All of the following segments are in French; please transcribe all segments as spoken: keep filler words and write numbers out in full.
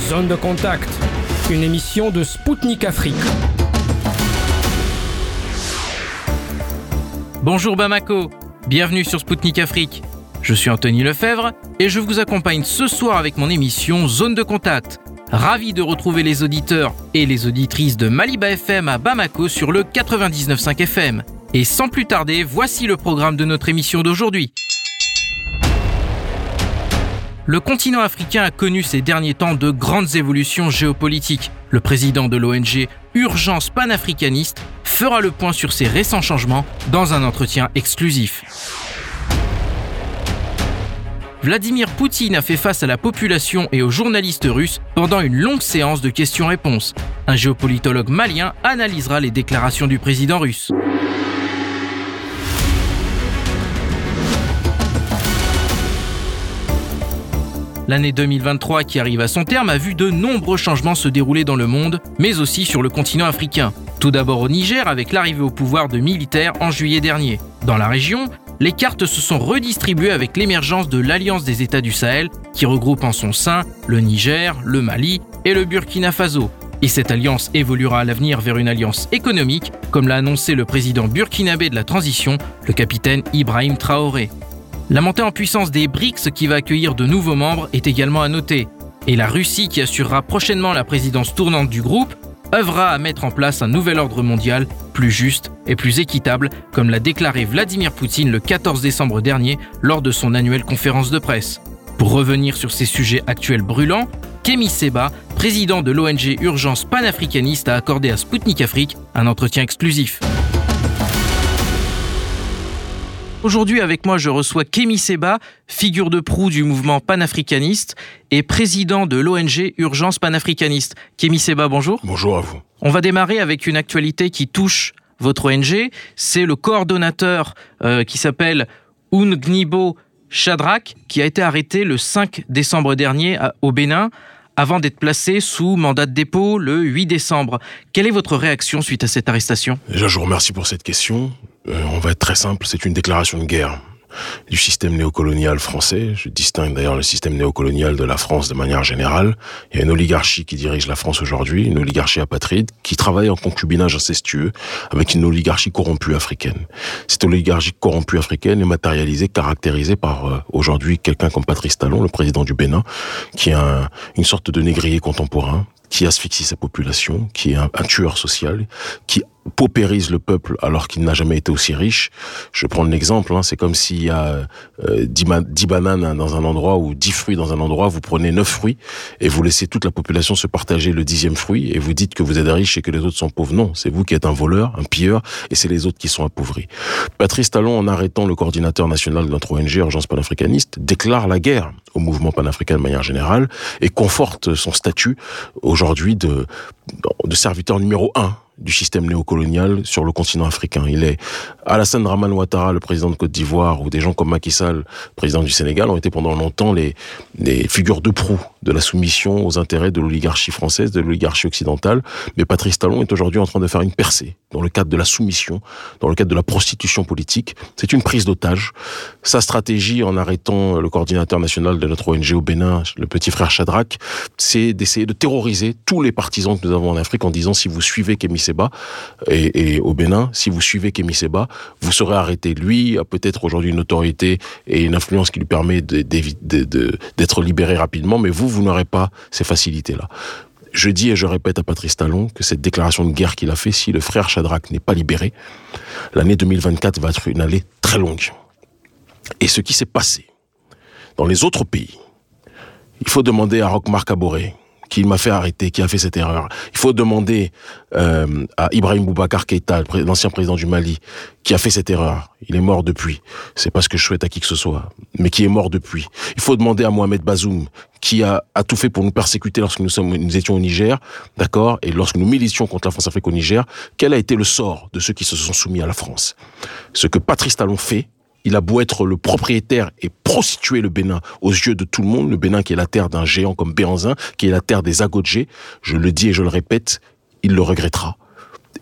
Zone de contact, une émission de Spoutnik Afrique. Bonjour Bamako, bienvenue sur Spoutnik Afrique. Je suis Anthony Lefebvre et je vous accompagne ce soir avec mon émission Zone de contact. Ravi de retrouver les auditeurs et les auditrices de Maliba F M à Bamako sur le quatre-vingt-dix-neuf virgule cinq F M. Et sans plus tarder, voici le programme de notre émission d'aujourd'hui. Le continent africain a connu ces derniers temps de grandes évolutions géopolitiques. Le président de l'O N G Urgence panafricaniste fera le point sur ces récents changements dans un entretien exclusif. Vladimir Poutine a fait face à la population et aux journalistes russes pendant une longue séance de questions-réponses. Un géopolitologue malien analysera les déclarations du président russe. L'année deux mille vingt-trois qui arrive à son terme a vu de nombreux changements se dérouler dans le monde, mais aussi sur le continent africain. Tout d'abord au Niger avec l'arrivée au pouvoir de militaires en juillet dernier. Dans la région, les cartes se sont redistribuées avec l'émergence de l'Alliance des États du Sahel, qui regroupe en son sein le Niger, le Mali et le Burkina Faso. Et cette alliance évoluera à l'avenir vers une alliance économique, comme l'a annoncé le président burkinabé de la transition, le capitaine Ibrahim Traoré. La montée en puissance des B R I C S qui va accueillir de nouveaux membres est également à noter. Et la Russie, qui assurera prochainement la présidence tournante du groupe, œuvrera à mettre en place un nouvel ordre mondial plus juste et plus équitable, comme l'a déclaré Vladimir Poutine le quatorze décembre dernier lors de son annuelle conférence de presse. Pour revenir sur ces sujets actuels brûlants, Kémy Séba, président de l'O N G Urgence panafricaniste, a accordé à Spoutnik Afrique un entretien exclusif. Aujourd'hui, avec moi, je reçois Kémy Séba, figure de proue du mouvement panafricaniste et président de l'O N G Urgence panafricaniste. Kémy Séba, bonjour. Bonjour à vous. On va démarrer avec une actualité qui touche votre O N G. C'est le coordonnateur euh, qui s'appelle Ungnibo Shadrack, qui a été arrêté le cinq décembre dernier à, au Bénin, avant d'être placé sous mandat de dépôt le huit décembre. Quelle est votre réaction suite à cette arrestation ? Déjà, je vous remercie pour cette question. Euh, on va être très simple, c'est une déclaration de guerre du système néocolonial français. Je distingue d'ailleurs le système néocolonial de la France de manière générale. Il y a une oligarchie qui dirige la France aujourd'hui, une oligarchie apatride, qui travaille en concubinage incestueux avec une oligarchie corrompue africaine. Cette oligarchie corrompue africaine est matérialisée, caractérisée par euh, aujourd'hui quelqu'un comme Patrice Talon, le président du Bénin, qui est un, une sorte de négrier contemporain, qui asphyxie sa population, qui est un, un tueur social, qui paupérise le peuple alors qu'il n'a jamais été aussi riche. Je prends l'exemple, hein, c'est comme s'il y a euh, dix, ma- dix bananes dans un endroit ou dix fruits dans un endroit, vous prenez neuf fruits et vous laissez toute la population se partager le dixième fruit et vous dites que vous êtes riche et que les autres sont pauvres. Non, c'est vous qui êtes un voleur, un pilleur et c'est les autres qui sont appauvris. Patrice Talon, en arrêtant le coordinateur national de notre O N G, Urgence panafricaniste, déclare la guerre au mouvement panafricain de manière générale et conforte son statut aujourd'hui de, de serviteur numéro un du système néocolonial sur le continent africain. Il est Alassane Dramane Ouattara, le président de Côte d'Ivoire, ou des gens comme Macky Sall, président du Sénégal, ont été pendant longtemps les, les figures de proue de la soumission aux intérêts de l'oligarchie française, de l'oligarchie occidentale. Mais Patrice Talon est aujourd'hui en train de faire une percée dans le cadre de la soumission, dans le cadre de la prostitution politique. C'est une prise d'otage. Sa stratégie en arrêtant le coordinateur national de notre O N G au Bénin, le petit frère Shadrack, c'est d'essayer de terroriser tous les partisans que nous avons en Afrique en disant si vous suivez Kémy Séba et, et au Bénin, si vous suivez Kémy Séba, vous serez arrêté. Lui a peut-être aujourd'hui une autorité et une influence qui lui permet de, de, de, de, d'être libéré rapidement, mais vous, vous n'aurez pas ces facilités-là. Je dis et je répète à Patrice Talon que cette déclaration de guerre qu'il a fait, si le frère Shadrack n'est pas libéré, l'année deux mille vingt-quatre va être une année très longue. Et ce qui s'est passé dans les autres pays, il faut demander à Roch Marc Kaboré, qui m'a fait arrêter, qui a fait cette erreur. Il faut demander euh, à Ibrahim Boubacar Keïta, l'ancien président du Mali, qui a fait cette erreur. Il est mort depuis. C'est pas ce que je souhaite à qui que ce soit, mais qui est mort depuis. Il faut demander à Mohamed Bazoum, qui a, a tout fait pour nous persécuter lorsque nous, sommes, nous étions au Niger, d'accord, et lorsque nous militions contre la France-Afrique au Niger, quel a été le sort de ceux qui se sont soumis à la France. Ce que Patrice Talon fait, il a beau être le propriétaire et prostituer le Bénin aux yeux de tout le monde, le Bénin qui est la terre d'un géant comme Béhanzin, qui est la terre des Agodjé, je le dis et je le répète, il le regrettera.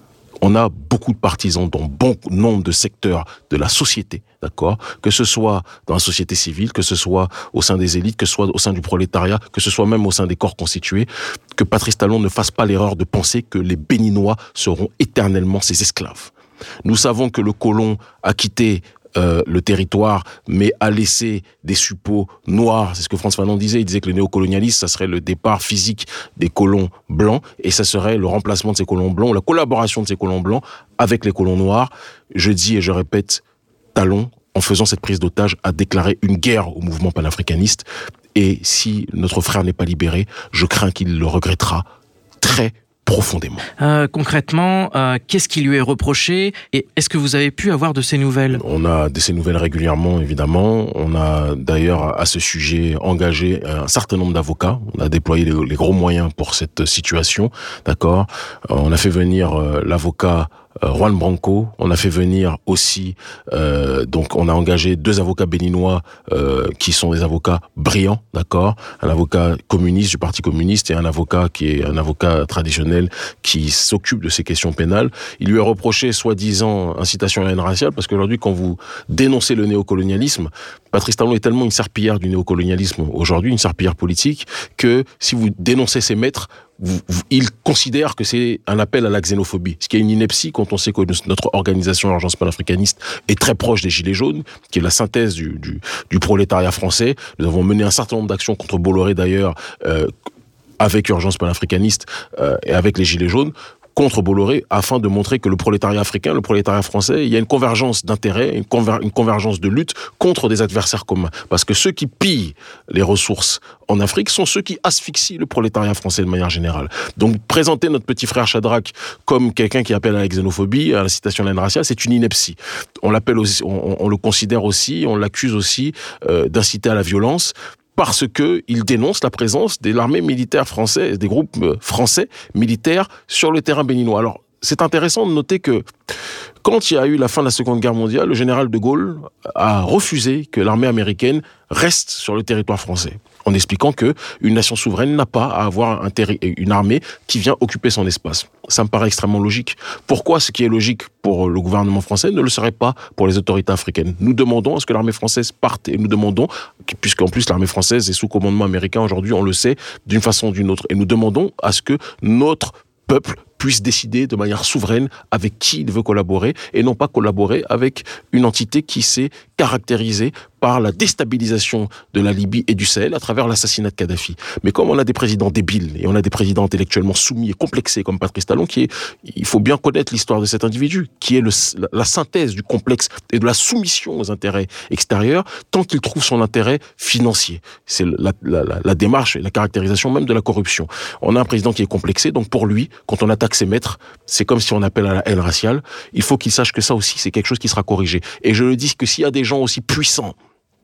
On a beaucoup de partisans dans bon nombre de secteurs de la société, d'accord ? Que ce soit dans la société civile, que ce soit au sein des élites, que ce soit au sein du prolétariat, que ce soit même au sein des corps constitués, que Patrice Talon ne fasse pas l'erreur de penser que les Béninois seront éternellement ses esclaves. Nous savons que le colon a quitté Euh, le territoire, mais a laissé des suppôts noirs. C'est ce que Frantz Fanon disait. Il disait que le néocolonialisme, ça serait le départ physique des colons blancs, et ça serait le remplacement de ces colons blancs, la collaboration de ces colons blancs avec les colons noirs. Je dis et je répète, Talon, en faisant cette prise d'otage, a déclaré une guerre au mouvement panafricaniste. Et si notre frère n'est pas libéré, je crains qu'il le regrettera très profondément. Euh, concrètement, euh, qu'est-ce qui lui est reproché et est-ce que vous avez pu avoir de ces nouvelles ? On a de ces nouvelles régulièrement, évidemment. On a d'ailleurs à ce sujet engagé un certain nombre d'avocats. On a déployé les, les gros moyens pour cette situation, d'accord ? On a fait venir euh, l'avocat Euh, Juan Branco, on a fait venir aussi, euh, donc on a engagé deux avocats béninois euh, qui sont des avocats brillants, d'accord, un avocat communiste du Parti communiste et un avocat qui est un avocat traditionnel qui s'occupe de ces questions pénales. Il lui est reproché soi-disant incitation à la haine raciale parce qu'aujourd'hui quand vous dénoncez le néocolonialisme, Patrice Talon est tellement une serpillière du néocolonialisme aujourd'hui, une serpillière politique, que si vous dénoncez ses maîtres, Vous, vous, il considère que c'est un appel à la xénophobie, ce qui est une ineptie quand on sait que notre organisation Urgence panafricaniste est très proche des Gilets jaunes, qui est la synthèse du, du, du prolétariat français. Nous avons mené un certain nombre d'actions contre Bolloré d'ailleurs, euh, avec Urgence panafricaniste euh, et avec les Gilets jaunes, contre Bolloré, afin de montrer que le prolétariat africain, le prolétariat français, il y a une convergence d'intérêts, une, conver- une convergence de lutte contre des adversaires communs. Parce que ceux qui pillent les ressources en Afrique sont ceux qui asphyxient le prolétariat français de manière générale. Donc, présenter notre petit frère Shadrach comme quelqu'un qui appelle à la xénophobie, à l'incitation à la haine raciale, c'est une ineptie. On l'appelle aussi, on, on le considère aussi, on l'accuse aussi euh, d'inciter à la violence, parce que il dénonce la présence de l'armée militaire française, des groupes français militaires sur le terrain béninois. Alors, c'est intéressant de noter que quand il y a eu la fin de la Seconde Guerre mondiale, le général de Gaulle a refusé que l'armée américaine reste sur le territoire français, en expliquant que une nation souveraine n'a pas à avoir un terri- une armée qui vient occuper son espace. Ça me paraît extrêmement logique. Pourquoi ce qui est logique pour le gouvernement français ne le serait pas pour les autorités africaines ? Nous demandons à ce que l'armée française parte, et nous demandons, puisqu'en plus l'armée française est sous commandement américain aujourd'hui, on le sait, d'une façon ou d'une autre, et nous demandons à ce que notre peuple puisse décider de manière souveraine avec qui il veut collaborer et non pas collaborer avec une entité qui s'est caractérisée par la déstabilisation de la Libye et du Sahel à travers l'assassinat de Kadhafi. Mais comme on a des présidents débiles et on a des présidents intellectuellement soumis et complexés comme Patrice Talon, qui est, il faut bien connaître l'histoire de cet individu, qui est le, la, la synthèse du complexe et de la soumission aux intérêts extérieurs, tant qu'il trouve son intérêt financier. C'est la, la, la, la démarche et la caractérisation même de la corruption. On a un président qui est complexé, donc pour lui, quand on attaque ses maîtres, c'est comme si on appelle à la haine raciale. Il faut qu'il sache que ça aussi, c'est quelque chose qui sera corrigé. Et je le dis que s'il y a des gens aussi puissants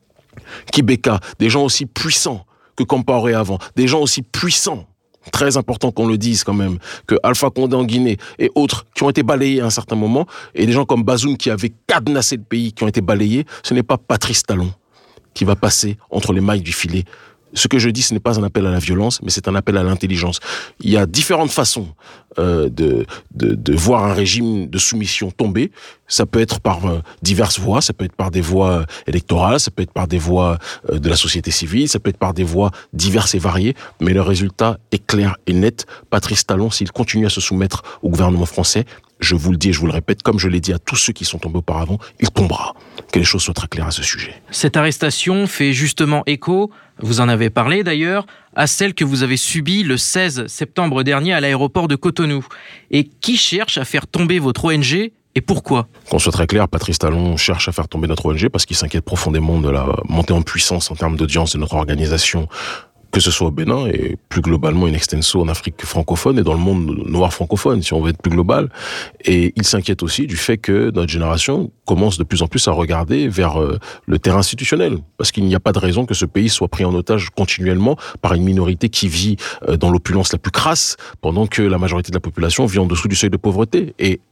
Kibeka, des gens aussi puissants que Compaoré avant, des gens aussi puissants, très important qu'on le dise quand même, que Alpha Condé en Guinée et autres qui ont été balayés à un certain moment, et des gens comme Bazoum qui avaient cadenassé le pays, qui ont été balayés, ce n'est pas Patrice Talon qui va passer entre les mailles du filet. Ce que je dis, ce n'est pas un appel à la violence, mais c'est un appel à l'intelligence. Il y a différentes façons euh, de, de, de voir un régime de soumission tomber. Ça peut être par euh, diverses voies, ça peut être par des voies électorales, ça peut être par des voies euh, de la société civile, ça peut être par des voies diverses et variées, mais le résultat est clair et net. Patrice Talon, s'il continue à se soumettre au gouvernement français, je vous le dis et je vous le répète, comme je l'ai dit à tous ceux qui sont tombés auparavant, il tombera. Que les choses soient très claires à ce sujet. Cette arrestation fait justement écho, vous en avez parlé d'ailleurs, à celle que vous avez subie le seize septembre dernier à l'aéroport de Cotonou. Et qui cherche à faire tomber votre O N G et pourquoi ? Qu'on soit très clair, Patrice Talon cherche à faire tomber notre O N G parce qu'il s'inquiète profondément de la montée en puissance en termes d'audience de notre organisation, que ce soit au Bénin et plus globalement in extenso en Afrique francophone et dans le monde noir francophone, si on veut être plus global. Et il s'inquiète aussi du fait que notre génération commence de plus en plus à regarder vers euh, le terrain institutionnel, parce qu'il n'y a pas de raison que ce pays soit pris en otage continuellement par une minorité qui vit euh, dans l'opulence la plus crasse, pendant que la majorité de la population vit en dessous du seuil de pauvreté. Et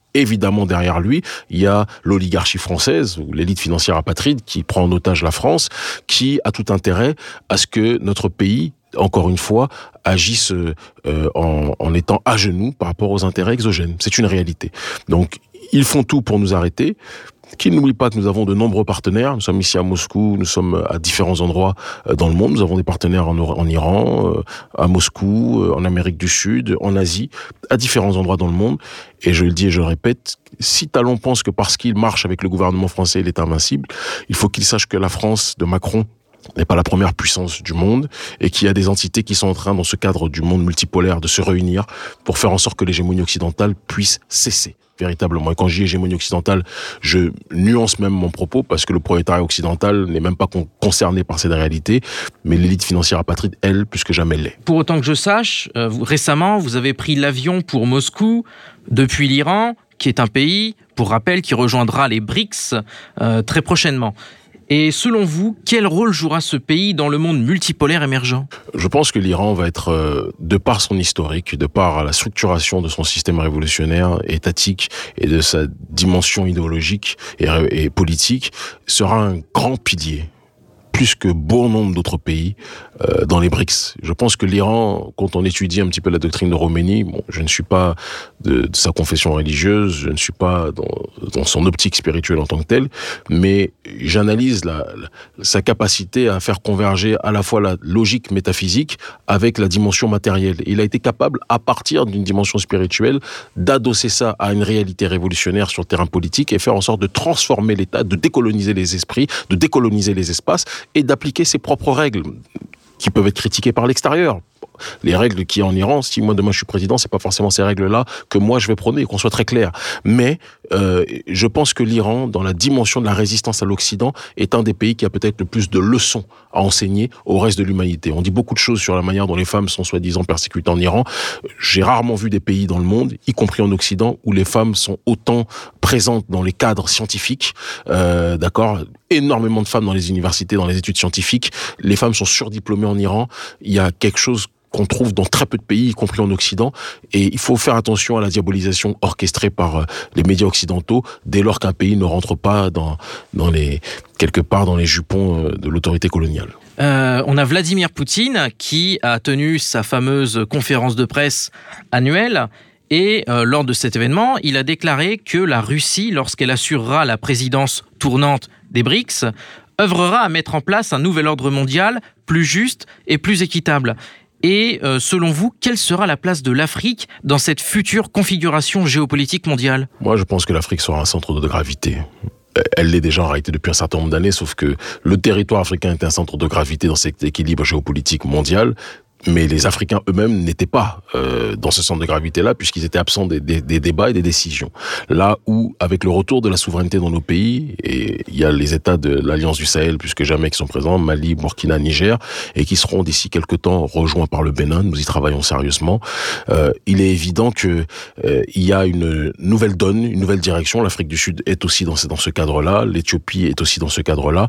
évidemment, derrière lui, il y a l'oligarchie française, ou l'élite financière apatride, qui prend en otage la France, qui a tout intérêt à ce que notre pays, encore une fois, agisse euh, en, en étant à genoux par rapport aux intérêts exogènes. C'est une réalité. Donc, ils font tout pour nous arrêter. Qu'ils n'oublient pas que nous avons de nombreux partenaires. Nous sommes ici à Moscou, nous sommes à différents endroits dans le monde. Nous avons des partenaires en, en Iran, à Moscou, en Amérique du Sud, en Asie, à différents endroits dans le monde. Et je le dis et je le répète, si Talon pense que parce qu'il marche avec le gouvernement français, il est invincible, il faut qu'il sache que la France de Macron n'est pas la première puissance du monde et qu'il y a des entités qui sont en train, dans ce cadre du monde multipolaire, de se réunir pour faire en sorte que l'hégémonie occidentale puisse cesser. Véritablement. Et quand je dis hégémonie occidentale, je nuance même mon propos parce que le prolétariat occidental n'est même pas con- concerné par cette réalité, mais l'élite financière apatride, elle, plus que jamais l'est. Pour autant que je sache, euh, vous, récemment, vous avez pris l'avion pour Moscou depuis l'Iran, qui est un pays, pour rappel, qui rejoindra les B R I C S euh, très prochainement. Et selon vous, quel rôle jouera ce pays dans le monde multipolaire émergent ? Je pense que l'Iran va être, euh, de par son historique, de par la structuration de son système révolutionnaire, étatique et de sa dimension idéologique et, et politique, sera un grand pilier, plus que bon nombre d'autres pays, euh, dans les B R I C S. Je pense que l'Iran, quand on étudie un petit peu la doctrine de Khomeini, bon, je ne suis pas de, de sa confession religieuse, je ne suis pas dans, dans son optique spirituelle en tant que telle, mais j'analyse la, la, sa capacité à faire converger à la fois la logique métaphysique avec la dimension matérielle. Il a été capable, à partir d'une dimension spirituelle, d'adosser ça à une réalité révolutionnaire sur le terrain politique et faire en sorte de transformer l'État, de décoloniser les esprits, de décoloniser les espaces, et d'appliquer ses propres règles, qui peuvent être critiquées par l'extérieur. Les règles qui en Iran, si moi demain je suis président, c'est pas forcément ces règles-là que moi je vais prôner, qu'on soit très clair. Mais euh, je pense que l'Iran, dans la dimension de la résistance à l'Occident, est un des pays qui a peut-être le plus de leçons à enseigner au reste de l'humanité. On dit beaucoup de choses sur la manière dont les femmes sont soi-disant persécutées en Iran. J'ai rarement vu des pays dans le monde, y compris en Occident, où les femmes sont autant présentes dans les cadres scientifiques. Euh, d'accord, énormément de femmes dans les universités, dans les études scientifiques. Les femmes sont surdiplômées en Iran. Il y a quelque chose qu'on trouve dans très peu de pays, y compris en Occident. Et il faut faire attention à la diabolisation orchestrée par les médias occidentaux dès lors qu'un pays ne rentre pas dans, dans les, quelque part dans les jupons de l'autorité coloniale. Euh, on a Vladimir Poutine qui a tenu sa fameuse conférence de presse annuelle. Et euh, lors de cet événement, il a déclaré que la Russie, lorsqu'elle assurera la présidence tournante des B R I C S, œuvrera à mettre en place un nouvel ordre mondial plus juste et plus équitable. Et euh, selon vous, quelle sera la place de l'Afrique dans cette future configuration géopolitique mondiale ? Moi, je pense que l'Afrique sera un centre de gravité. Elle l'est déjà en réalité depuis un certain nombre d'années, sauf que le territoire africain est un centre de gravité dans cet équilibre géopolitique mondial. Mais les Africains eux-mêmes n'étaient pas euh, dans ce centre de gravité-là, puisqu'ils étaient absents des, des, des débats et des décisions. Là où, avec le retour de la souveraineté dans nos pays, et il y a les États de l'Alliance du Sahel plus que jamais qui sont présents, Mali, Burkina, Niger, et qui seront d'ici quelques temps rejoints par le Bénin, nous y travaillons sérieusement, euh, il est évident que euh, il y a une nouvelle donne, une nouvelle direction. L'Afrique du Sud est aussi dans ce, dans ce cadre-là, l'Éthiopie est aussi dans ce cadre-là.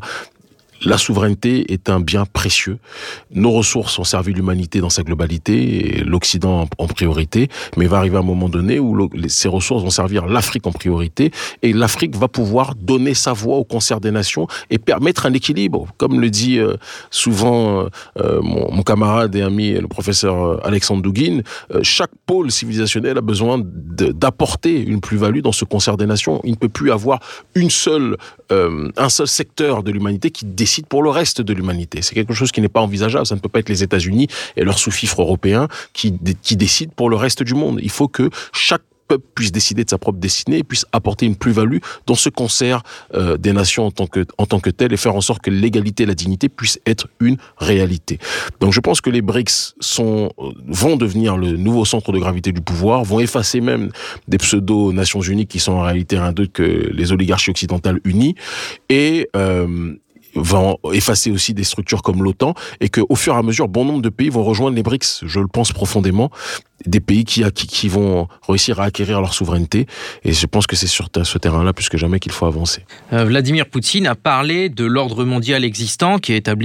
La souveraineté est un bien précieux. Nos ressources ont servi l'humanité dans sa globalité, et l'Occident en priorité, mais il va arriver un moment donné où ces ressources vont servir l'Afrique en priorité, et l'Afrique va pouvoir donner sa voix au concert des nations et permettre un équilibre. Comme le dit euh, souvent euh, mon, mon camarade et ami, le professeur Alexandre Douguine, euh, chaque pôle civilisationnel a besoin de, d'apporter une plus-value dans ce concert des nations. Il ne peut plus avoir une seule, euh, un seul secteur de l'humanité qui décide pour le reste de l'humanité. C'est quelque chose qui n'est pas envisageable. Ça ne peut pas être les États-Unis et leurs sous-fifres européens qui, qui décident pour le reste du monde. Il faut que chaque peuple puisse décider de sa propre destinée et puisse apporter une plus-value dans ce concert euh, des nations en tant que, en tant que tel, et faire en sorte que l'égalité et la dignité puissent être une réalité. Donc je pense que les B R I C S sont, vont devenir le nouveau centre de gravité du pouvoir, vont effacer même des pseudo-Nations Unies qui sont en réalité rien d'autre que les oligarchies occidentales unies, et euh, va effacer aussi des structures comme l'OTAN, et qu'au fur et à mesure, bon nombre de pays vont rejoindre les B R I C S, je le pense profondément, des pays qui, qui, qui vont réussir à acquérir leur souveraineté, et je pense que c'est sur ce terrain-là plus que jamais qu'il faut avancer. Euh, Vladimir Poutine a parlé de l'ordre mondial existant qui est établi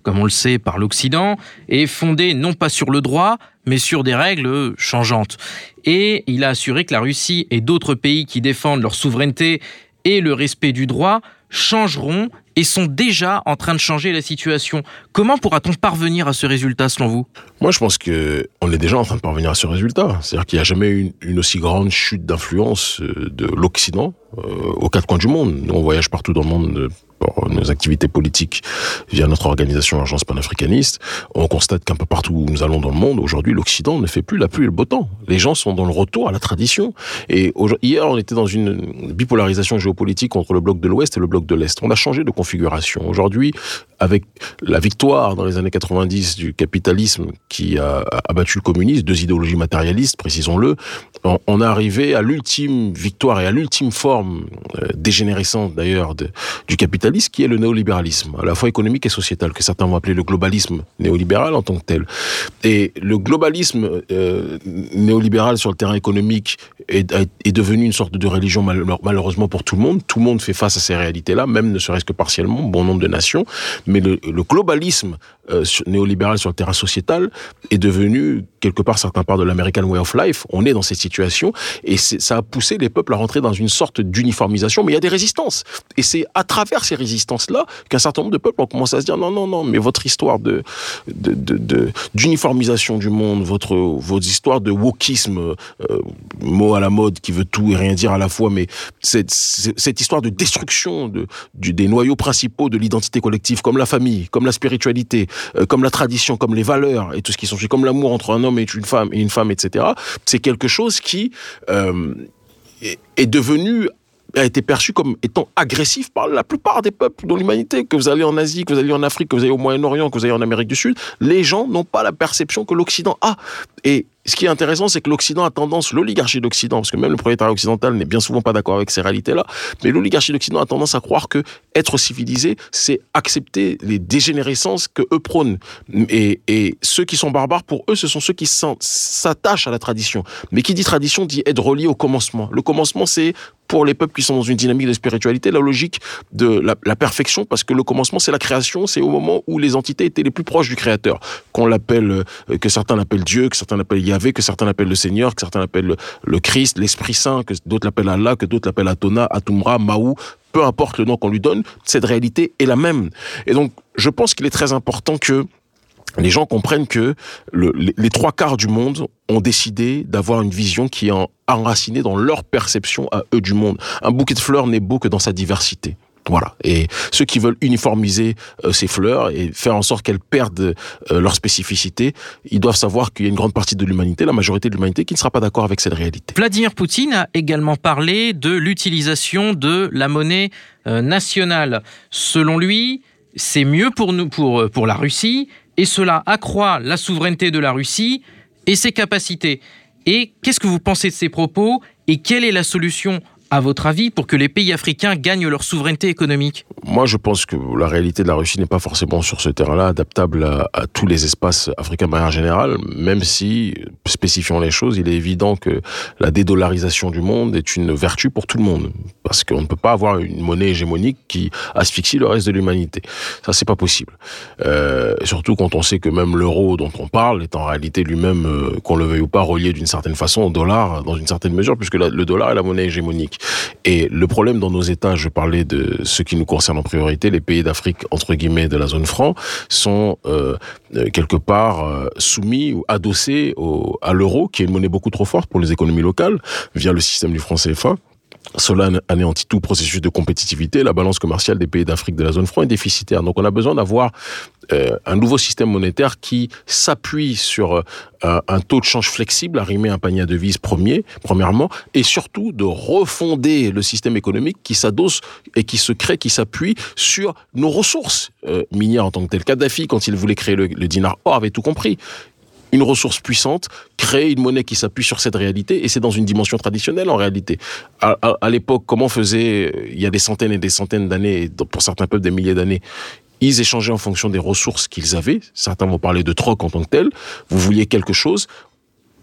comme on le sait, par l'Occident, est fondée non pas sur le droit, mais sur des règles changeantes. Et il a assuré que la Russie et d'autres pays qui défendent leur souveraineté et le respect du droit changeront et sont déjà en train de changer la situation. Comment pourra-t-on parvenir à ce résultat selon vous ? Moi, je pense qu'on est déjà en train de parvenir à ce résultat. C'est-à-dire qu'il n'y a jamais eu une, une aussi grande chute d'influence de l'Occident euh, aux quatre coins du monde. Nous, on voyage partout dans le monde pour nos activités politiques via notre organisation Agence panafricaniste. On constate qu'un peu partout où nous allons dans le monde, aujourd'hui, l'Occident ne fait plus la pluie et le beau temps. Les gens sont dans le retour à la tradition. Et hier, on était dans une bipolarisation géopolitique entre le bloc de l'Ouest et le bloc de l'Est. On a changé de configuration. Aujourd'hui, avec la victoire dans les années quatre-vingt-dix du capitalisme qui a abattu le communisme, deux idéologies matérialistes, précisons-le, on, on est arrivé à l'ultime victoire et à l'ultime forme euh, dégénérescente d'ailleurs de, du capitalisme, qui est le néolibéralisme, à la fois économique et sociétal, que certains vont appeler le globalisme néolibéral en tant que tel. Et le globalisme euh, néolibéral sur le terrain économique est, est devenu une sorte de religion mal, malheureusement pour tout le monde. Tout le monde fait face à ces réalités-là, même ne serait-ce que partiellement, bon nombre de nations. Mais le, le globalisme euh, néolibéral sur le terrain sociétal est devenu quelque part certains parts de l'American Way of Life. On est dans cette situation et ça a poussé les peuples à rentrer dans une sorte d'uniformisation, mais il y a des résistances. Et c'est à travers ces résistances-là qu'un certain nombre de peuples ont commencé à se dire non, non, non, mais votre histoire de, de, de, de d'uniformisation du monde, votre, votre histoire de wokisme, euh, mot à la mode qui veut tout et rien dire à la fois, mais cette, cette histoire de destruction de, du, des noyaux principaux de l'identité collective, comme la famille, comme la spiritualité, euh, comme la tradition, comme les valeurs et tout ce qui s'ensuit, comme l'amour entre un homme et une femme, et une femme, et cetera. C'est quelque chose qui euh, est, est devenu a été perçu comme étant agressif par la plupart des peuples de l'humanité. Que vous allez en Asie, que vous allez en Afrique, que vous allez au Moyen-Orient, que vous allez en Amérique du Sud, les gens n'ont pas la perception que l'Occident a. Et ce qui est intéressant, c'est que l'Occident a tendance, l'oligarchie d'Occident, parce que même le prolétariat occidental n'est bien souvent pas d'accord avec ces réalités-là, mais l'oligarchie d'Occident a tendance à croire que être civilisé, c'est accepter les dégénérescences que eux prônent. Et, et ceux qui sont barbares, pour eux, ce sont ceux qui s'attachent à la tradition. Mais qui dit tradition dit être relié au commencement. Le commencement, c'est pour les peuples qui sont dans une dynamique de spiritualité, la logique de la, la perfection, parce que le commencement, c'est la création, c'est au moment où les entités étaient les plus proches du Créateur, qu'on l'appelle, euh, que certains l'appellent Dieu, que certains l'appellent Yahvé, que certains l'appellent le Seigneur, que certains l'appellent le, le Christ, l'Esprit Saint, que d'autres l'appellent Allah, que d'autres l'appellent Atona, Atumra, Mahou, peu importe le nom qu'on lui donne, cette réalité est la même. Et donc, je pense qu'il est très important que les gens comprennent que le, les, les trois quarts du monde ont décidé d'avoir une vision qui est enracinée dans leur perception à eux du monde. Un bouquet de fleurs n'est beau que dans sa diversité. Voilà. Et ceux qui veulent uniformiser euh, ces fleurs et faire en sorte qu'elles perdent euh, leur spécificité, ils doivent savoir qu'il y a une grande partie de l'humanité, la majorité de l'humanité, qui ne sera pas d'accord avec cette réalité. Vladimir Poutine a également parlé de l'utilisation de la monnaie euh, nationale. Selon lui, c'est mieux pour nous, pour, pour la Russie, et cela accroît la souveraineté de la Russie et ses capacités. Et qu'est-ce que vous pensez de ces propos et quelle est la solution, à votre avis, pour que les pays africains gagnent leur souveraineté économique ? Moi, je pense que la réalité de la Russie n'est pas forcément sur ce terrain-là adaptable à, à tous les espaces africains de manière générale, même si, spécifions les choses, il est évident que la dédollarisation du monde est une vertu pour tout le monde. Parce qu'on ne peut pas avoir une monnaie hégémonique qui asphyxie le reste de l'humanité. Ça, c'est pas possible. Euh, surtout quand on sait que même l'euro dont on parle est en réalité lui-même, euh, qu'on le veuille ou pas, relié d'une certaine façon au dollar, dans une certaine mesure, puisque la, le dollar est la monnaie hégémonique. Et le problème dans nos États, je parlais de ce qui nous concerne en priorité, les pays d'Afrique, entre guillemets, de la zone franc, sont euh, quelque part euh, soumis ou adossés au, à l'euro, qui est une monnaie beaucoup trop forte pour les économies locales, via le système du franc C F A. Cela anéantit tout processus de compétitivité. La balance commerciale des pays d'Afrique de la zone franc est déficitaire. Donc on a besoin d'avoir euh, un nouveau système monétaire qui s'appuie sur euh, un taux de change flexible, arrimé à un panier à devises premier, premièrement, et surtout de refonder le système économique qui s'adosse et qui se crée, qui s'appuie sur nos ressources euh, minières en tant que telles. Kadhafi, quand il voulait créer le, le dinar or, avait tout compris. Une ressource puissante, créer une monnaie qui s'appuie sur cette réalité, et c'est dans une dimension traditionnelle en réalité. À, à, à l'époque, comment faisaient, il y a des centaines et des centaines d'années, pour certains peuples des milliers d'années, ils échangeaient en fonction des ressources qu'ils avaient. Certains vont parler de troc en tant que tel. Vous vouliez quelque chose,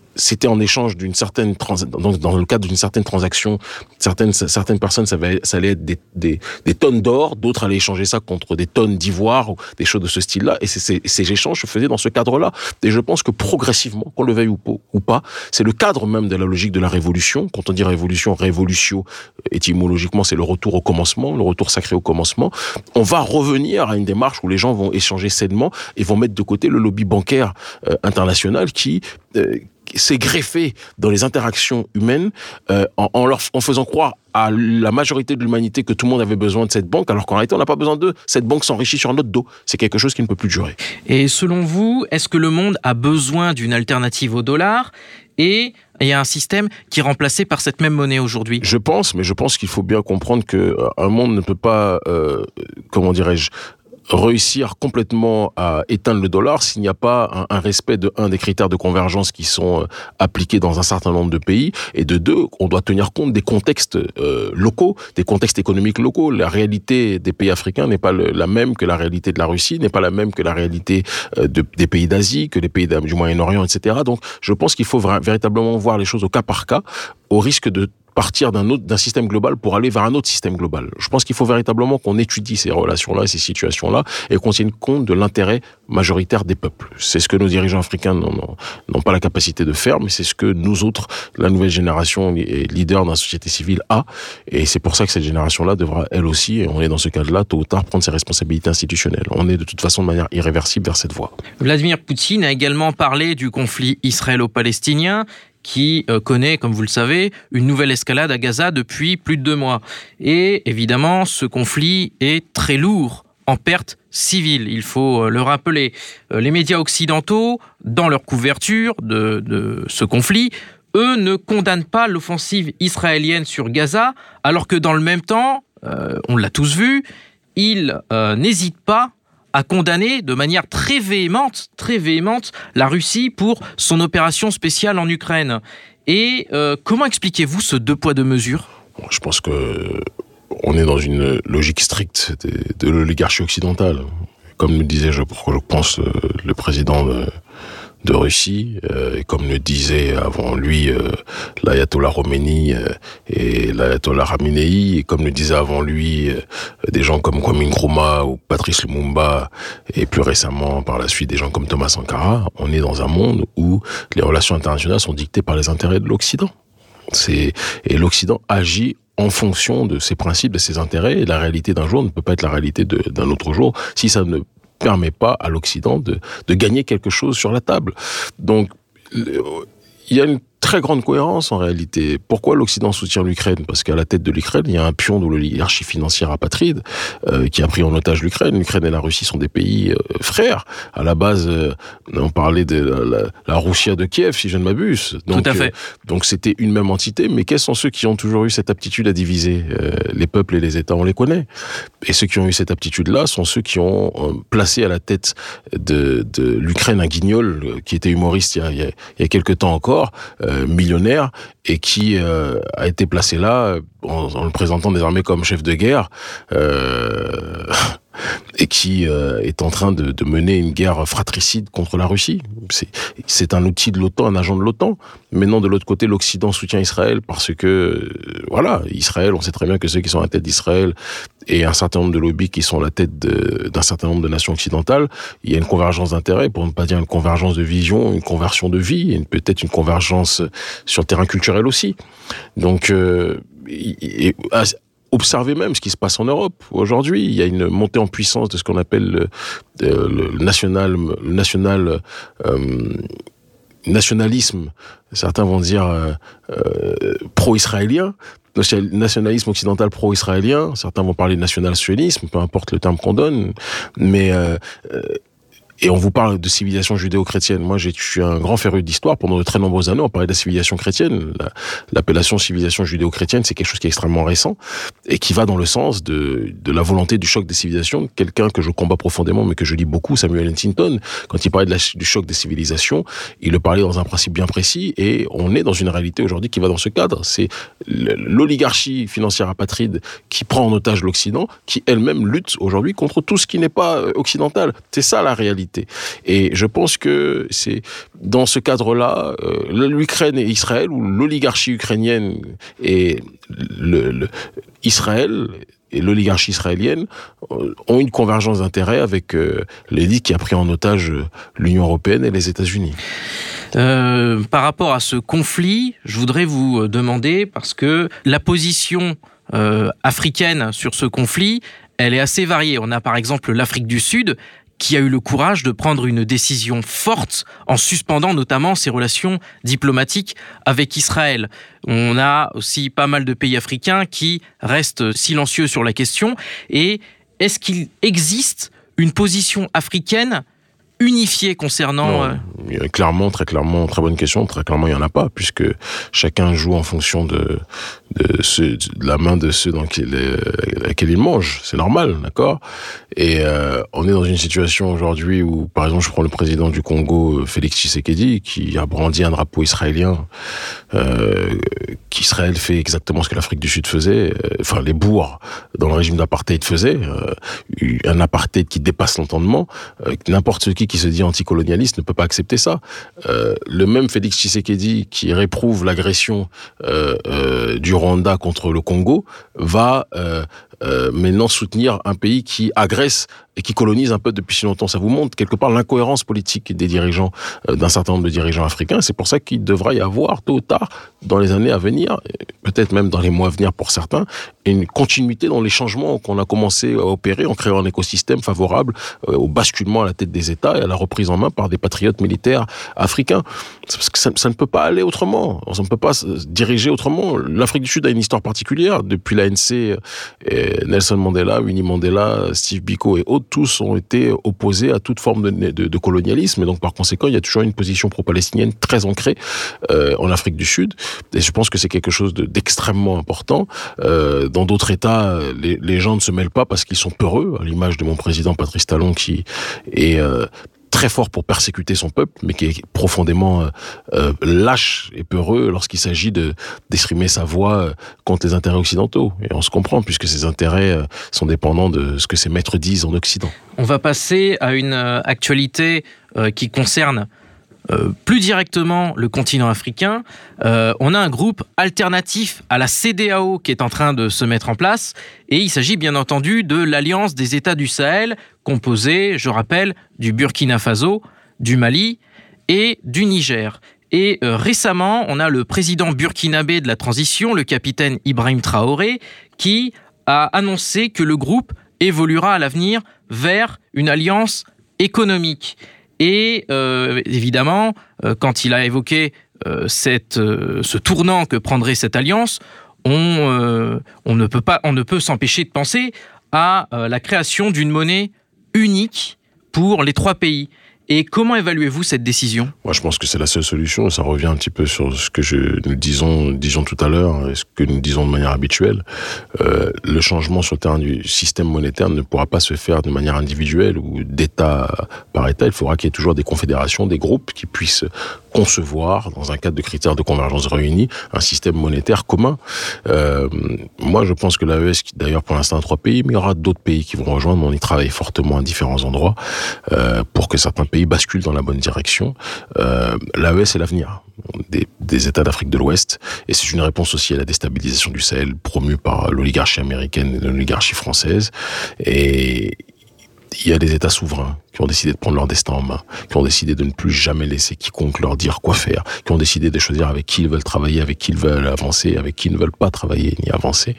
c'était en échange d'une certaine trans... dans, dans le cadre d'une certaine transaction, certaines certaines personnes ça, va, ça allait être des, des, des tonnes d'or, d'autres allaient échanger ça contre des tonnes d'ivoire ou des choses de ce style-là, et c'est, c'est, ces échanges se faisaient dans ce cadre-là. Et je pense que progressivement, qu'on le veuille ou, ou pas, c'est le cadre même de la logique de la révolution. Quand on dit révolution, révolutio, étymologiquement, c'est le retour au commencement, le retour sacré au commencement. On va revenir à une démarche où les gens vont échanger sainement et vont mettre de côté le lobby bancaire euh, international qui euh, s'est greffé dans les interactions humaines euh, en, en, leur, en faisant croire à la majorité de l'humanité que tout le monde avait besoin de cette banque, alors qu'en réalité, on n'a pas besoin d'eux. Cette banque s'enrichit sur notre dos. C'est quelque chose qui ne peut plus durer. Et selon vous, est-ce que le monde a besoin d'une alternative au dollar et il y a un système qui est remplacé par cette même monnaie aujourd'hui? Je pense, mais je pense qu'il faut bien comprendre qu'un monde ne peut pas, euh, comment dirais-je, réussir complètement à éteindre le dollar s'il n'y a pas un, un respect de un des critères de convergence qui sont euh, appliqués dans un certain nombre de pays, et de deux, on doit tenir compte des contextes euh, locaux, des contextes économiques locaux. La réalité des pays africains n'est pas le, la même que la réalité de la Russie, n'est pas la même que la réalité euh, de, des pays d'Asie, que les pays du Moyen-Orient, et cetera. Donc, je pense qu'il faut vra- véritablement voir les choses au cas par cas, au risque de partir d'un autre, d'un système global pour aller vers un autre système global. Je pense qu'il faut véritablement qu'on étudie ces relations-là et ces situations-là et qu'on tienne compte de l'intérêt majoritaire des peuples. C'est ce que nos dirigeants africains n'ont, n'ont, n'ont pas la capacité de faire, mais c'est ce que nous autres, la nouvelle génération et leaders dans la société civile, a. Et c'est pour ça que cette génération-là devra, elle aussi, et on est dans ce cadre-là, tôt ou tard, prendre ses responsabilités institutionnelles. On est de toute façon de manière irréversible vers cette voie. Vladimir Poutine a également parlé du conflit israélo-palestinien, qui euh, connaît, comme vous le savez, une nouvelle escalade à Gaza depuis plus de deux mois. Et évidemment, ce conflit est très lourd en pertes civiles, il faut euh, le rappeler. Euh, les médias occidentaux, dans leur couverture de, de ce conflit, eux ne condamnent pas l'offensive israélienne sur Gaza, alors que dans le même temps, euh, on l'a tous vu, ils euh, n'hésitent pas à condamner de manière très véhémente, très véhémente la Russie pour son opération spéciale en Ukraine. Et euh, comment expliquez-vous ce deux poids deux mesures ? Je pense que on est dans une logique stricte de, de l'oligarchie occidentale. Comme le disait, je, je pense, le président de, de Russie, euh, et comme le disait avant lui euh, l'ayatollah Khomeini euh, et l'ayatollah Khamenei, et comme le disaient avant lui euh, des gens comme Kwame Nkrumah ou Patrice Lumumba, et plus récemment par la suite des gens comme Thomas Sankara, on est dans un monde où les relations internationales sont dictées par les intérêts de l'Occident. C'est, et l'Occident agit en fonction de ses principes, de ses intérêts, et la réalité d'un jour ne peut pas être la réalité de, d'un autre jour si ça ne permet pas à l'Occident de, de gagner quelque chose sur la table. Donc, il y a une très grande cohérence en réalité. Pourquoi l'Occident soutient l'Ukraine ? Parce qu'à la tête de l'Ukraine, il y a un pion de l'oligarchie financière apatride euh, qui a pris en otage l'Ukraine. L'Ukraine et la Russie sont des pays euh, frères. À la base, euh, on parlait de la, la, la Russia de Kiev, si je ne m'abuse. Donc, Tout à fait. Euh, donc c'était une même entité, mais quels sont ceux qui ont toujours eu cette aptitude à diviser ? euh, Les peuples et les États, on les connaît. Et ceux qui ont eu cette aptitude-là sont ceux qui ont euh, placé à la tête de, de l'Ukraine un guignol euh, qui était humoriste il y a, il y a, il y a quelques temps encore, euh, millionnaire, et qui euh, a été placé là en, en le présentant désormais comme chef de guerre, euh, et qui euh, est en train de, de mener une guerre fratricide contre la Russie. C'est, c'est un outil de l'OTAN, un agent de l'OTAN. Maintenant, de l'autre côté, l'Occident soutient Israël parce que, euh, voilà, Israël, on sait très bien que ceux qui sont à la tête d'Israël et un certain nombre de lobbies qui sont à la tête de, d'un certain nombre de nations occidentales, il y a une convergence d'intérêts, pour ne pas dire une convergence de vision, une conversion de vie, et peut-être une convergence sur le terrain culturel aussi. Donc, euh, et, et, observez même ce qui se passe en Europe. Aujourd'hui, il y a une montée en puissance de ce qu'on appelle le, le national, le national, euh, nationalisme. Certains vont dire euh, euh, pro-israélien, nationalisme occidental pro-israélien. Certains vont parler de national-sionisme, peu importe le terme qu'on donne. Mais euh, euh, et on vous parle de civilisation judéo-chrétienne. Moi, je suis un grand féru d'histoire. Pendant de très nombreuses années, on parlait de la civilisation chrétienne. La, l'appellation civilisation judéo-chrétienne, c'est quelque chose qui est extrêmement récent et qui va dans le sens de, de la volonté du choc des civilisations. Quelqu'un que je combats profondément, mais que je lis beaucoup, Samuel Huntington, quand il parlait de la, du choc des civilisations, il le parlait dans un principe bien précis, et on est dans une réalité aujourd'hui qui va dans ce cadre. C'est l'oligarchie financière apatride qui prend en otage l'Occident, qui elle-même lutte aujourd'hui contre tout ce qui n'est pas occidental. C'est ça la réalité. réalité. Et je pense que c'est dans ce cadre-là, euh, l'Ukraine et Israël, ou l'oligarchie ukrainienne et le, le, Israël et l'oligarchie israélienne ont une convergence d'intérêts avec euh, l'élite qui a pris en otage l'Union européenne et les États-Unis. Euh, par rapport à ce conflit, je voudrais vous demander, parce que la position euh, africaine sur ce conflit, elle est assez variée. On a par exemple l'Afrique du Sud, qui a eu le courage de prendre une décision forte en suspendant notamment ses relations diplomatiques avec Israël. On a aussi pas mal de pays africains qui restent silencieux sur la question. Et est-ce qu'il existe une position africaine unifiée concernant... Non, euh... clairement, très clairement, très bonne question, très clairement il n'y en a pas, puisque chacun joue en fonction de, de, ceux, de la main de ceux dans qui, les, laquelle il mange, c'est normal, d'accord. Et euh, on est dans une situation aujourd'hui où, par exemple, je prends le président du Congo, Félix Tshisekedi, qui a brandi un drapeau israélien, euh, qu'Israël fait exactement ce que l'Afrique du Sud faisait, euh, enfin les bourgs dans le régime d'apartheid faisaient, euh, un apartheid qui dépasse l'entendement, euh, n'importe qui qui se dit anticolonialiste ne peut pas accepter ça. Euh, le même Félix Tshisekedi qui réprouve l'agression euh, euh, du Rwanda contre le Congo va euh, euh, maintenant soutenir un pays qui agresse et qui colonise un peu depuis si longtemps. Ça vous montre quelque part l'incohérence politique des dirigeants, euh, d'un certain nombre de dirigeants africains. C'est pour ça qu'il devra y avoir, tôt ou tard, dans les années à venir, peut-être même dans les mois à venir pour certains, une continuité dans les changements qu'on a commencé à opérer en créant un écosystème favorable euh, au basculement à la tête des États et à la reprise en main par des patriotes militaires africains. C'est parce que ça, ça ne peut pas aller autrement. Ça ne peut pas se diriger autrement. L'Afrique du Sud a une histoire particulière. Depuis l'A N C, et Nelson Mandela, Winnie Mandela, Steve Biko et autres, tous ont été opposés à toute forme de, de, de colonialisme. Et donc, par conséquent, il y a toujours une position pro-palestinienne très ancrée euh, en Afrique du Sud. Et je pense que c'est quelque chose de, d'extrêmement important. Euh, dans d'autres États, les, les gens ne se mêlent pas parce qu'ils sont peureux, à l'image de mon président Patrice Talon, qui est... Euh, très fort pour persécuter son peuple, mais qui est profondément euh, lâche et peureux lorsqu'il s'agit de d'exprimer sa voix contre les intérêts occidentaux. Et on se comprend, puisque ces intérêts euh, sont dépendants de ce que ces maîtres disent en Occident. On va passer à une euh, actualité euh, qui concerne Euh, plus directement le continent africain. Euh, on a un groupe alternatif à la C D A O qui est en train de se mettre en place, et il s'agit bien entendu de l'Alliance des États du Sahel, composée, je rappelle, du Burkina Faso, du Mali et du Niger. Et euh, récemment, on a le président burkinabé de la transition, le capitaine Ibrahim Traoré, qui a annoncé que le groupe évoluera à l'avenir vers une alliance économique. Et euh, évidemment, euh, quand il a évoqué euh, cette, euh, ce tournant que prendrait cette alliance, on, euh, on, ne peut pas, on ne peut s'empêcher de penser à euh, la création d'une monnaie unique pour les trois pays. Et comment évaluez-vous cette décision ? Moi, je pense que c'est la seule solution. Ça revient un petit peu sur ce que je, nous disons, disons tout à l'heure, et ce que nous disons de manière habituelle. Euh, le changement sur le terrain du système monétaire ne pourra pas se faire de manière individuelle ou d'État par État. Il faudra qu'il y ait toujours des confédérations, des groupes qui puissent concevoir, dans un cadre de critères de convergence réunis, un système monétaire commun. Euh, moi, je pense que l'A E S, qui d'ailleurs pour l'instant a trois pays, mais il y aura d'autres pays qui vont rejoindre. On y travaille fortement à différents endroits euh, pour que certains pays basculent dans la bonne direction. Euh, L'A E S est l'avenir des, des États d'Afrique de l'Ouest, et c'est une réponse aussi à la déstabilisation du Sahel promue par l'oligarchie américaine et l'oligarchie française. Et il y a des États souverains qui ont décidé de prendre leur destin en main, qui ont décidé de ne plus jamais laisser quiconque leur dire quoi faire, qui ont décidé de choisir avec qui ils veulent travailler, avec qui ils veulent avancer, avec qui ils ne veulent pas travailler ni avancer.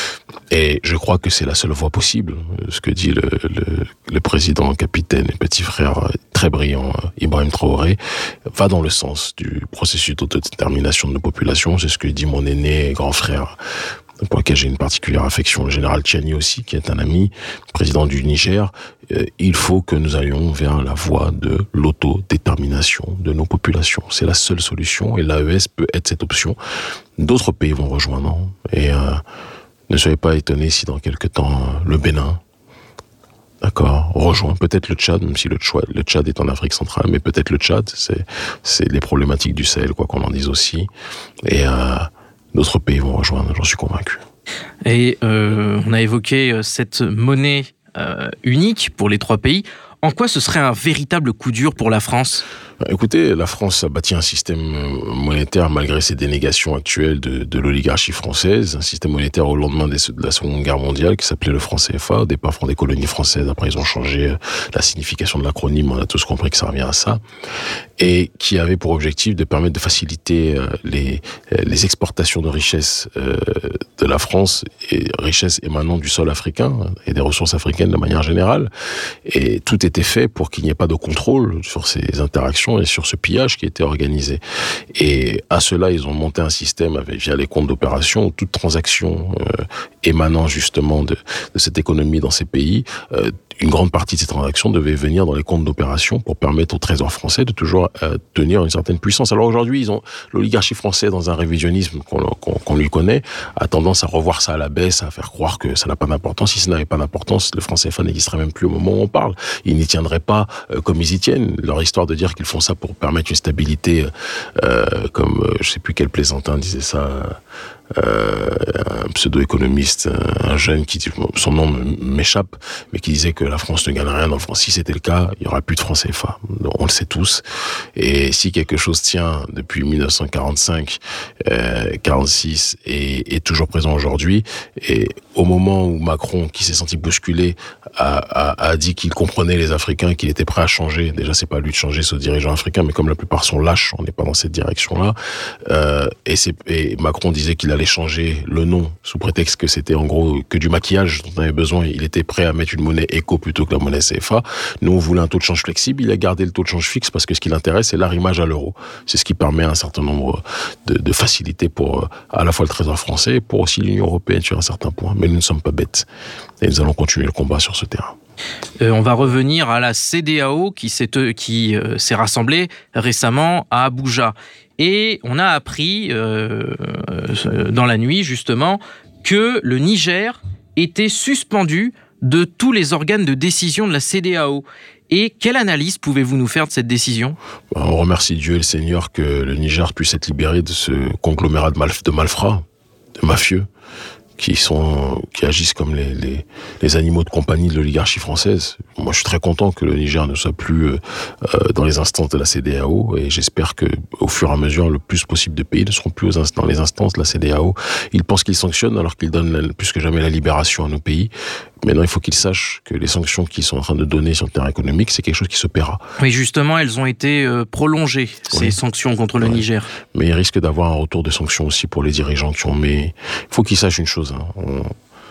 Et je crois que c'est la seule voie possible. Ce que dit le, le, le président, capitaine et petit frère très brillant Ibrahim Traoré va dans le sens du processus d'autodétermination de nos populations. C'est ce que dit mon aîné grand frère, pour lequel j'ai une particulière affection, le général Tchiani aussi, qui est un ami, président du Niger. Euh, il faut que nous allions vers la voie de l'autodétermination de nos populations. C'est la seule solution, et l'A E S peut être cette option. D'autres pays vont rejoindre, et euh, ne soyez pas étonnés si dans quelque temps, le Bénin, d'accord, rejoint peut-être le Tchad, même si le Tchad, le Tchad est en Afrique centrale, mais peut-être le Tchad, c'est, c'est les problématiques du Sahel, quoi qu'on en dise aussi. Et euh, d'autres pays vont rejoindre, j'en suis convaincu. Et euh, on a évoqué cette monnaie euh, unique pour les trois pays. En quoi ce serait un véritable coup dur pour la France ? Écoutez, la France a bâti un système monétaire malgré ses dénégations actuelles de, de l'oligarchie française, un système monétaire au lendemain des, de la Seconde Guerre mondiale qui s'appelait le franc C F A, au départ franc des colonies françaises, après ils ont changé la signification de l'acronyme, on a tous compris que ça revient à ça, et qui avait pour objectif de permettre de faciliter les, les exportations de richesses de la France, et richesses émanant du sol africain et des ressources africaines de manière générale, et tout était fait pour qu'il n'y ait pas de contrôle sur ces interactions et sur ce pillage qui était organisé. Et à cela, ils ont monté un système avec, via les comptes d'opération, où toute transaction euh, émanant justement de, de cette économie dans ces pays, euh, une grande partie de ces transactions devait venir dans les comptes d'opération pour permettre au Trésor français de toujours euh, tenir une certaine puissance. Alors aujourd'hui, ils ont l'oligarchie française, dans un révisionnisme qu'on, qu'on, qu'on lui connaît, a tendance à revoir ça à la baisse, à faire croire que ça n'a pas d'importance. Si ça n'avait pas d'importance, le franc C F A n'existerait même plus au moment où on parle. Ils n'y tiendraient pas euh, comme ils y tiennent. Leur histoire de dire qu'ils font ça pour permettre une stabilité, euh, comme euh, je sais plus quel plaisantin disait ça, euh, un pseudo-économiste, un jeune qui, son nom m'échappe, mais qui disait que la France ne gagne rien dans le franc. Si c'était le cas, il y aura plus de franc C F A. On le sait tous. Et si quelque chose tient depuis dix-neuf cent quarante-cinq, euh, quarante-six et est toujours présent aujourd'hui, et au moment où Macron, qui s'est senti bousculé, a, a, a dit qu'il comprenait les Africains, qu'il était prêt à changer. Déjà, c'est pas à lui de changer, c'est aux dirigeants africains, mais comme la plupart sont lâches, on n'est pas dans cette direction-là. Euh, et, c'est, et Macron disait qu'il allait changer le nom sous prétexte que c'était en gros que du maquillage dont on avait besoin. Il était prêt à mettre une monnaie éco plutôt que la monnaie C F A. Nous, on voulait un taux de change flexible. Il a gardé le taux de change fixe parce que ce qui l'intéresse, c'est l'arrimage à l'euro. C'est ce qui permet un certain nombre de, de facilités pour à la fois le Trésor français et pour aussi l'Union européenne sur un certain point. Mais nous ne sommes pas bêtes. Et nous allons continuer le combat sur ce terrain. Euh, on va revenir à la C D A O qui s'est, qui, euh, s'est rassemblée récemment à Abuja. Et on a appris euh, dans la nuit, justement, que le Niger était suspendu de tous les organes de décision de la C D A O. Et quelle analyse pouvez-vous nous faire de cette décision ? On remercie Dieu et le Seigneur que le Niger puisse être libéré de ce conglomérat de, mal, de malfrats, de mafieux, qui sont, qui agissent comme les, les, les animaux de compagnie de l'oligarchie française. Moi, je suis très content que le Niger ne soit plus euh, dans les instances de la C D A O, et j'espère que, au fur et à mesure, le plus possible de pays ne seront plus aux inst- dans les instances de la C D A O. Ils pensent qu'ils sanctionnent alors qu'ils donnent la, plus que jamais la libération à nos pays. Maintenant, il faut qu'ils sachent que les sanctions qu'ils sont en train de donner sur le terrain économique, c'est quelque chose qui se paiera. Oui, justement, elles ont été euh, prolongées, ces oui. sanctions contre le oui. Niger. Mais il risque d'avoir un retour de sanctions aussi pour les dirigeants qui ont... Mais il faut qu'ils sachent une chose. Hein. On...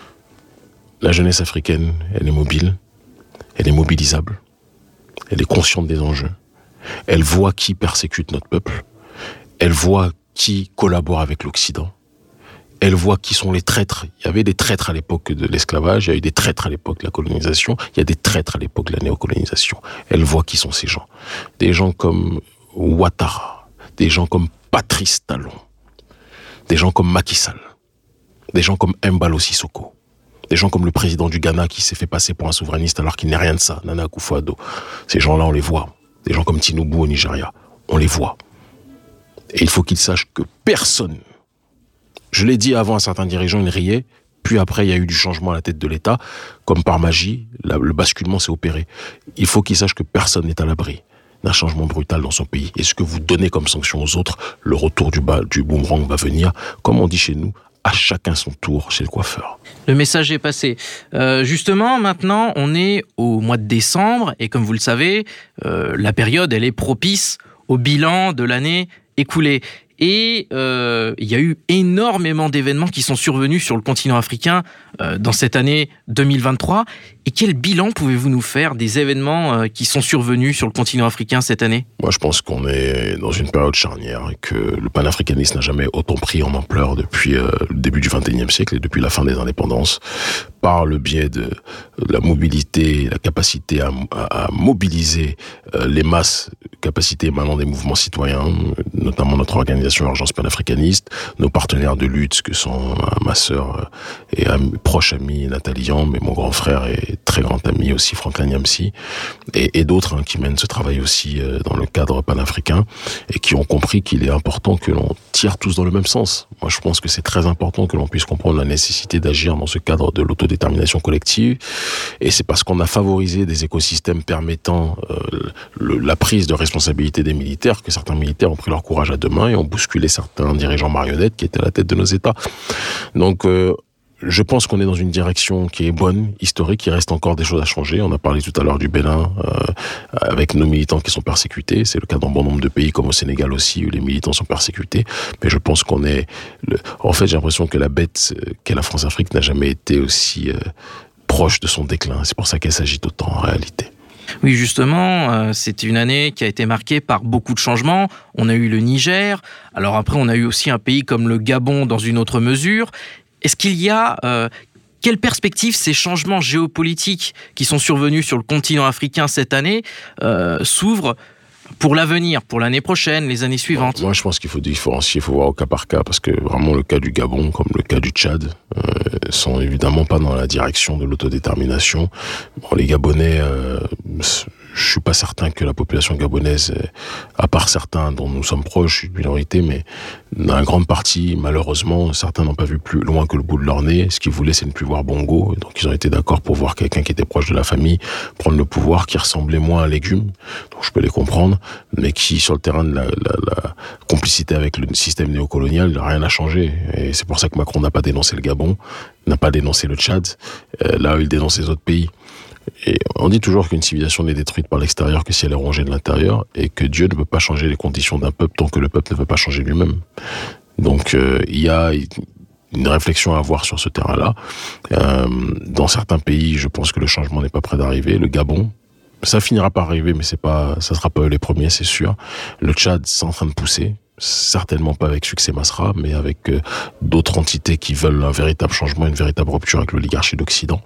La jeunesse africaine, elle est mobile, elle est mobilisable, elle est consciente des enjeux, elle voit qui persécute notre peuple, elle voit qui collabore avec l'Occident, elle voit qui sont les traîtres. Il y avait des traîtres à l'époque de l'esclavage, il y a eu des traîtres à l'époque de la colonisation, il y a des traîtres à l'époque de la néocolonisation. Elle voit qui sont ces gens. Des gens comme Ouattara, des gens comme Patrice Talon, des gens comme Macky Sall, des gens comme Embalo Sissoko, des gens comme le président du Ghana qui s'est fait passer pour un souverainiste alors qu'il n'est rien de ça, Nana Akufo-Addo. Ces gens-là, on les voit. Des gens comme Tinubu au Nigeria, on les voit. Et il faut qu'ils sachent que personne... Je l'ai dit avant à certains dirigeants, ils riaient, puis après il y a eu du changement à la tête de l'État, comme par magie, la, le basculement s'est opéré. Il faut qu'ils sachent que personne n'est à l'abri d'un changement brutal dans son pays. Et ce que vous donnez comme sanction aux autres, le retour du, bas, du boomerang va venir, comme on dit chez nous, à chacun son tour chez le coiffeur. Le message est passé. Euh, justement, maintenant, on est au mois de décembre, et comme vous le savez, euh, la période, elle est propice au bilan de l'année écoulée. Et euh, il y a eu énormément d'événements qui sont survenus sur le continent africain euh, dans cette année deux mille vingt-trois. Et quel bilan pouvez-vous nous faire des événements euh, qui sont survenus sur le continent africain cette année ? Moi, je pense qu'on est dans une période charnière et que le panafricanisme n'a jamais autant pris en ampleur depuis euh, le début du vingt et unième siècle et depuis la fin des indépendances, par le biais de, de la mobilité, la capacité à, à, à mobiliser euh, les masses, capacité émanant des mouvements citoyens, notamment notre organisation Urgence panafricaniste, nos partenaires de lutte que sont ma sœur et ami, proche amie Nathalie Yamb, mais mon grand frère et très grand ami aussi, Franklin Nyamsi, et, et d'autres hein, qui mènent ce travail aussi euh, dans le cadre panafricain et qui ont compris qu'il est important que l'on tire tous dans le même sens. Moi, je pense que c'est très important que l'on puisse comprendre la nécessité d'agir dans ce cadre de l'autodétermination collective, et c'est parce qu'on a favorisé des écosystèmes permettant euh, le, la prise de responsabilité des militaires que certains militaires ont pris leur courage à deux mains et ont bousculé certains dirigeants marionnettes qui étaient à la tête de nos États. Donc, euh, je pense qu'on est dans une direction qui est bonne, historique, il reste encore des choses à changer. On a parlé tout à l'heure du Bénin, euh, avec nos militants qui sont persécutés. C'est le cas dans bon nombre de pays, comme au Sénégal aussi, où les militants sont persécutés. Mais je pense qu'on est... Le... En fait, j'ai l'impression que la bête qu'est la France-Afrique n'a jamais été aussi euh, proche de son déclin. C'est pour ça qu'elle s'agite autant, en réalité. Oui, justement, euh, c'est une année qui a été marquée par beaucoup de changements. On a eu le Niger. Alors après, on a eu aussi un pays comme le Gabon dans une autre mesure. Est-ce qu'il y a... Euh, quelle perspective ces changements géopolitiques qui sont survenus sur le continent africain cette année euh, s'ouvrent pour l'avenir, pour l'année prochaine, les années suivantes? Moi, je pense qu'il faut différencier, il faut voir au cas par cas, parce que vraiment le cas du Gabon, comme le cas du Tchad, euh, sont évidemment pas dans la direction de l'autodétermination. Bon, les Gabonais... Euh, je suis pas certain que la population gabonaise, à part certains dont nous sommes proches, une minorité, mais dans la grande partie, malheureusement, certains n'ont pas vu plus loin que le bout de leur nez. Ce qu'ils voulaient, c'est ne plus voir Bongo. Donc, ils ont été d'accord pour voir quelqu'un qui était proche de la famille prendre le pouvoir, qui ressemblait moins à un légume. Donc, je peux les comprendre, mais qui, sur le terrain de la, la, la complicité avec le système néocolonial, rien n'a changé. Et c'est pour ça que Macron n'a pas dénoncé le Gabon, n'a pas dénoncé le Tchad. Euh, là, il dénonce les autres pays. Et on dit toujours qu'une civilisation n'est détruite par l'extérieur que si elle est rongée de l'intérieur, et que Dieu ne peut pas changer les conditions d'un peuple tant que le peuple ne veut pas changer lui-même. Donc euh, il y a une réflexion à avoir sur ce terrain-là. Euh, dans certains pays, je pense que le changement n'est pas prêt d'arriver. Le Gabon, ça finira par arriver, mais c'est pas, ça sera pas eux les premiers, c'est sûr. Le Tchad, c'est en train de pousser. Certainement pas avec succès Masra, mais avec euh, d'autres entités qui veulent un véritable changement, une véritable rupture avec l'oligarchie d'Occident.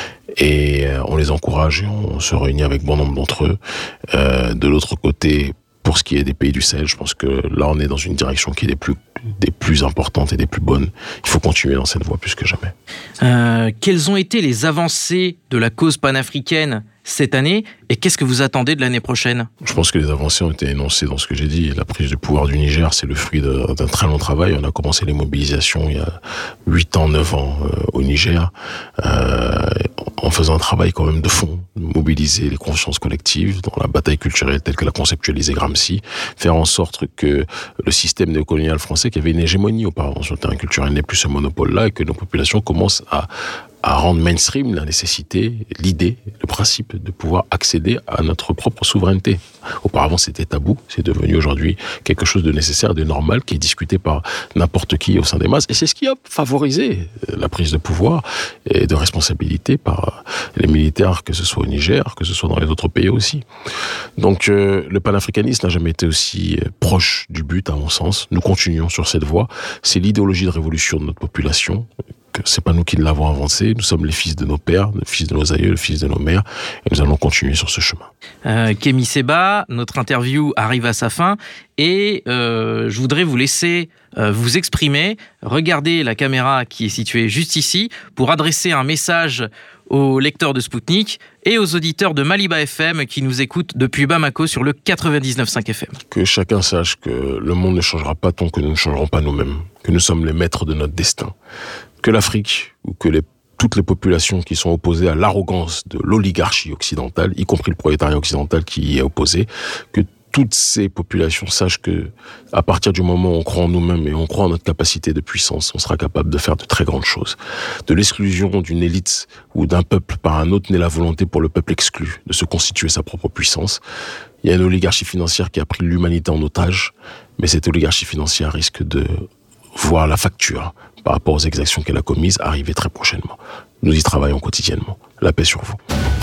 Et euh, on les encourage et on se réunit avec bon nombre d'entre eux. Euh, de l'autre côté, pour ce qui est des pays du Sahel, je pense que là, on est dans une direction qui est des plus, des plus importantes et des plus bonnes. Il faut continuer dans cette voie plus que jamais. Euh, quelles ont été les avancées de la cause panafricaine cette année, et qu'est-ce que vous attendez de l'année prochaine? Je pense que les avancées ont été énoncées dans ce que j'ai dit. La prise de pouvoir du Niger, c'est le fruit de, d'un très long travail. On a commencé les mobilisations il y a huit ans, neuf ans euh, au Niger, euh, en faisant un travail quand même de fond, mobiliser les consciences collectives dans la bataille culturelle telle que l'a conceptualisée Gramsci, faire en sorte que le système néocolonial français, qui avait une hégémonie auparavant sur le terrain culturel, n'ait plus ce monopole-là, et que nos populations commencent à à rendre mainstream la nécessité, l'idée, le principe de pouvoir accéder à notre propre souveraineté. Auparavant, c'était tabou, c'est devenu aujourd'hui quelque chose de nécessaire, de normal, qui est discuté par n'importe qui au sein des masses, et c'est ce qui a favorisé la prise de pouvoir et de responsabilité par les militaires, que ce soit au Niger, que ce soit dans les autres pays aussi. Donc, euh, le panafricanisme n'a jamais été aussi proche du but, à mon sens. Nous continuons sur cette voie. C'est l'idéologie de révolution de notre population. C'est pas nous qui l'avons avancé, nous sommes les fils de nos pères, les fils de nos aïeux, les fils de nos mères, et nous allons continuer sur ce chemin. Euh, Kémy Séba, notre interview arrive à sa fin, et euh, je voudrais vous laisser euh, vous exprimer. Regardez la caméra qui est située juste ici, pour adresser un message aux lecteurs de Spoutnik et aux auditeurs de Maliba F M qui nous écoutent depuis Bamako sur le quatre-vingt-dix-neuf virgule cinq F M. Que chacun sache que le monde ne changera pas tant que nous ne changerons pas nous-mêmes, que nous sommes les maîtres de notre destin. Que l'Afrique, ou que les, toutes les populations qui sont opposées à l'arrogance de l'oligarchie occidentale, y compris le prolétariat occidental qui y est opposé, que toutes ces populations sachent que, à partir du moment où on croit en nous-mêmes et on croit en notre capacité de puissance, on sera capable de faire de très grandes choses. De l'exclusion d'une élite ou d'un peuple par un autre naît la volonté pour le peuple exclu de se constituer sa propre puissance. Il y a une oligarchie financière qui a pris l'humanité en otage, mais cette oligarchie financière risque de voir la facture par rapport aux exactions qu'elle a commises arriver très prochainement. Nous y travaillons quotidiennement. La paix sur vous.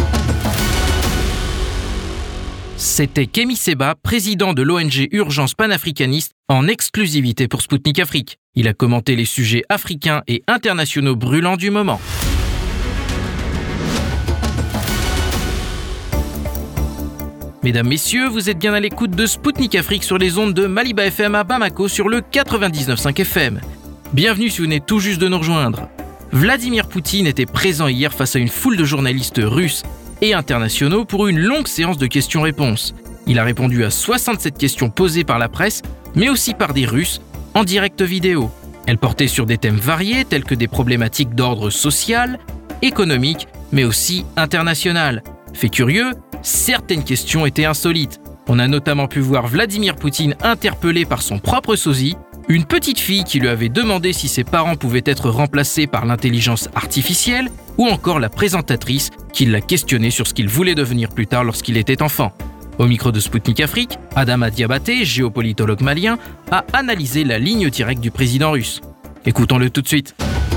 C'était Kémy Séba, président de l'O N G Urgence panafricaniste, en exclusivité pour Spoutnik Afrique. Il a commenté les sujets africains et internationaux brûlants du moment. Mesdames, Messieurs, vous êtes bien à l'écoute de Spoutnik Afrique sur les ondes de Maliba F M à Bamako sur le quatre-vingt-dix-neuf virgule cinq F M. Bienvenue si vous venez tout juste de nous rejoindre. Vladimir Poutine était présent hier face à une foule de journalistes russes et internationaux pour une longue séance de questions-réponses. Il a répondu à soixante-sept questions posées par la presse, mais aussi par des Russes, en direct vidéo. Elles portaient sur des thèmes variés tels que des problématiques d'ordre social, économique, mais aussi international. Fait curieux, certaines questions étaient insolites. On a notamment pu voir Vladimir Poutine interpellé par son propre sosie, une petite fille qui lui avait demandé si ses parents pouvaient être remplacés par l'intelligence artificielle, ou encore la présentatrice qui l'a questionné sur ce qu'il voulait devenir plus tard lorsqu'il était enfant. Au micro de Spoutnik Afrique, Adama Diabaté, géopolitologue malien, a analysé la ligne directe du président russe. Écoutons-le tout de suite.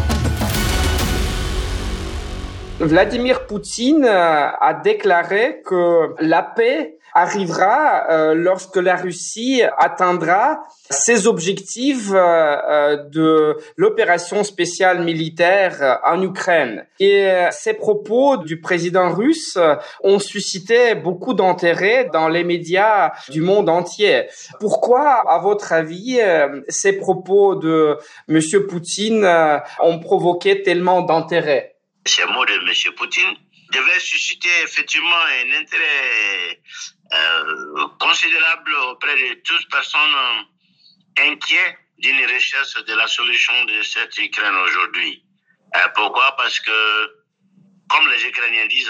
Vladimir Poutine a déclaré que la paix arrivera euh, lorsque la Russie atteindra ses objectifs euh, de l'opération spéciale militaire en Ukraine. Et euh, ces propos du président russe ont suscité beaucoup d'intérêt dans les médias du monde entier. Pourquoi, à votre avis, euh, ces propos de M. Poutine euh, ont provoqué tellement d'intérêt? Ces mots de M. Poutine devaient susciter effectivement un intérêt euh, considérable auprès de toutes personnes inquiètes d'une recherche de la solution de cette Ukraine aujourd'hui. Euh, pourquoi? Parce que, comme les Ukrainiens disent,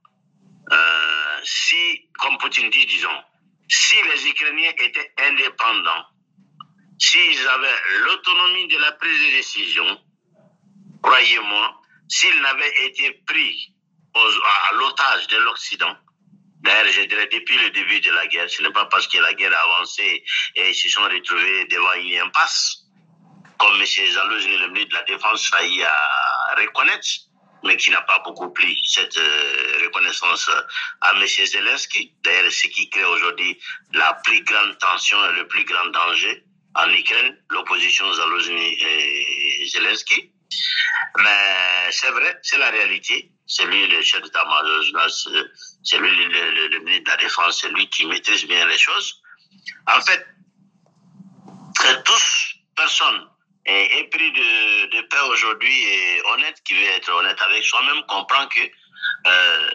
euh, si, comme Poutine dit, disons, si les Ukrainiens étaient indépendants, s'ils avaient l'autonomie de la prise de décision, croyez-moi, s'ils n'avaient été pris aux, à, à l'otage de l'Occident, d'ailleurs, je dirais depuis le début de la guerre, ce n'est pas parce que la guerre a avancé et ils se sont retrouvés devant une impasse, comme M. Zalouzny, le ministre de la Défense, faillit à reconnaître, mais qui n'a pas beaucoup pris cette euh, reconnaissance à M. Zelensky. D'ailleurs, ce qui crée aujourd'hui la plus grande tension et le plus grand danger en Ukraine, l'opposition Zalouzny et Zelensky. Mais c'est vrai, c'est la réalité. C'est lui le chef d'état-major, c'est lui le, le, le ministre de la Défense, c'est lui qui maîtrise bien les choses. En fait, que tous, personne, est épris de, de paix aujourd'hui et honnête, qui veut être honnête avec soi-même, comprend que euh,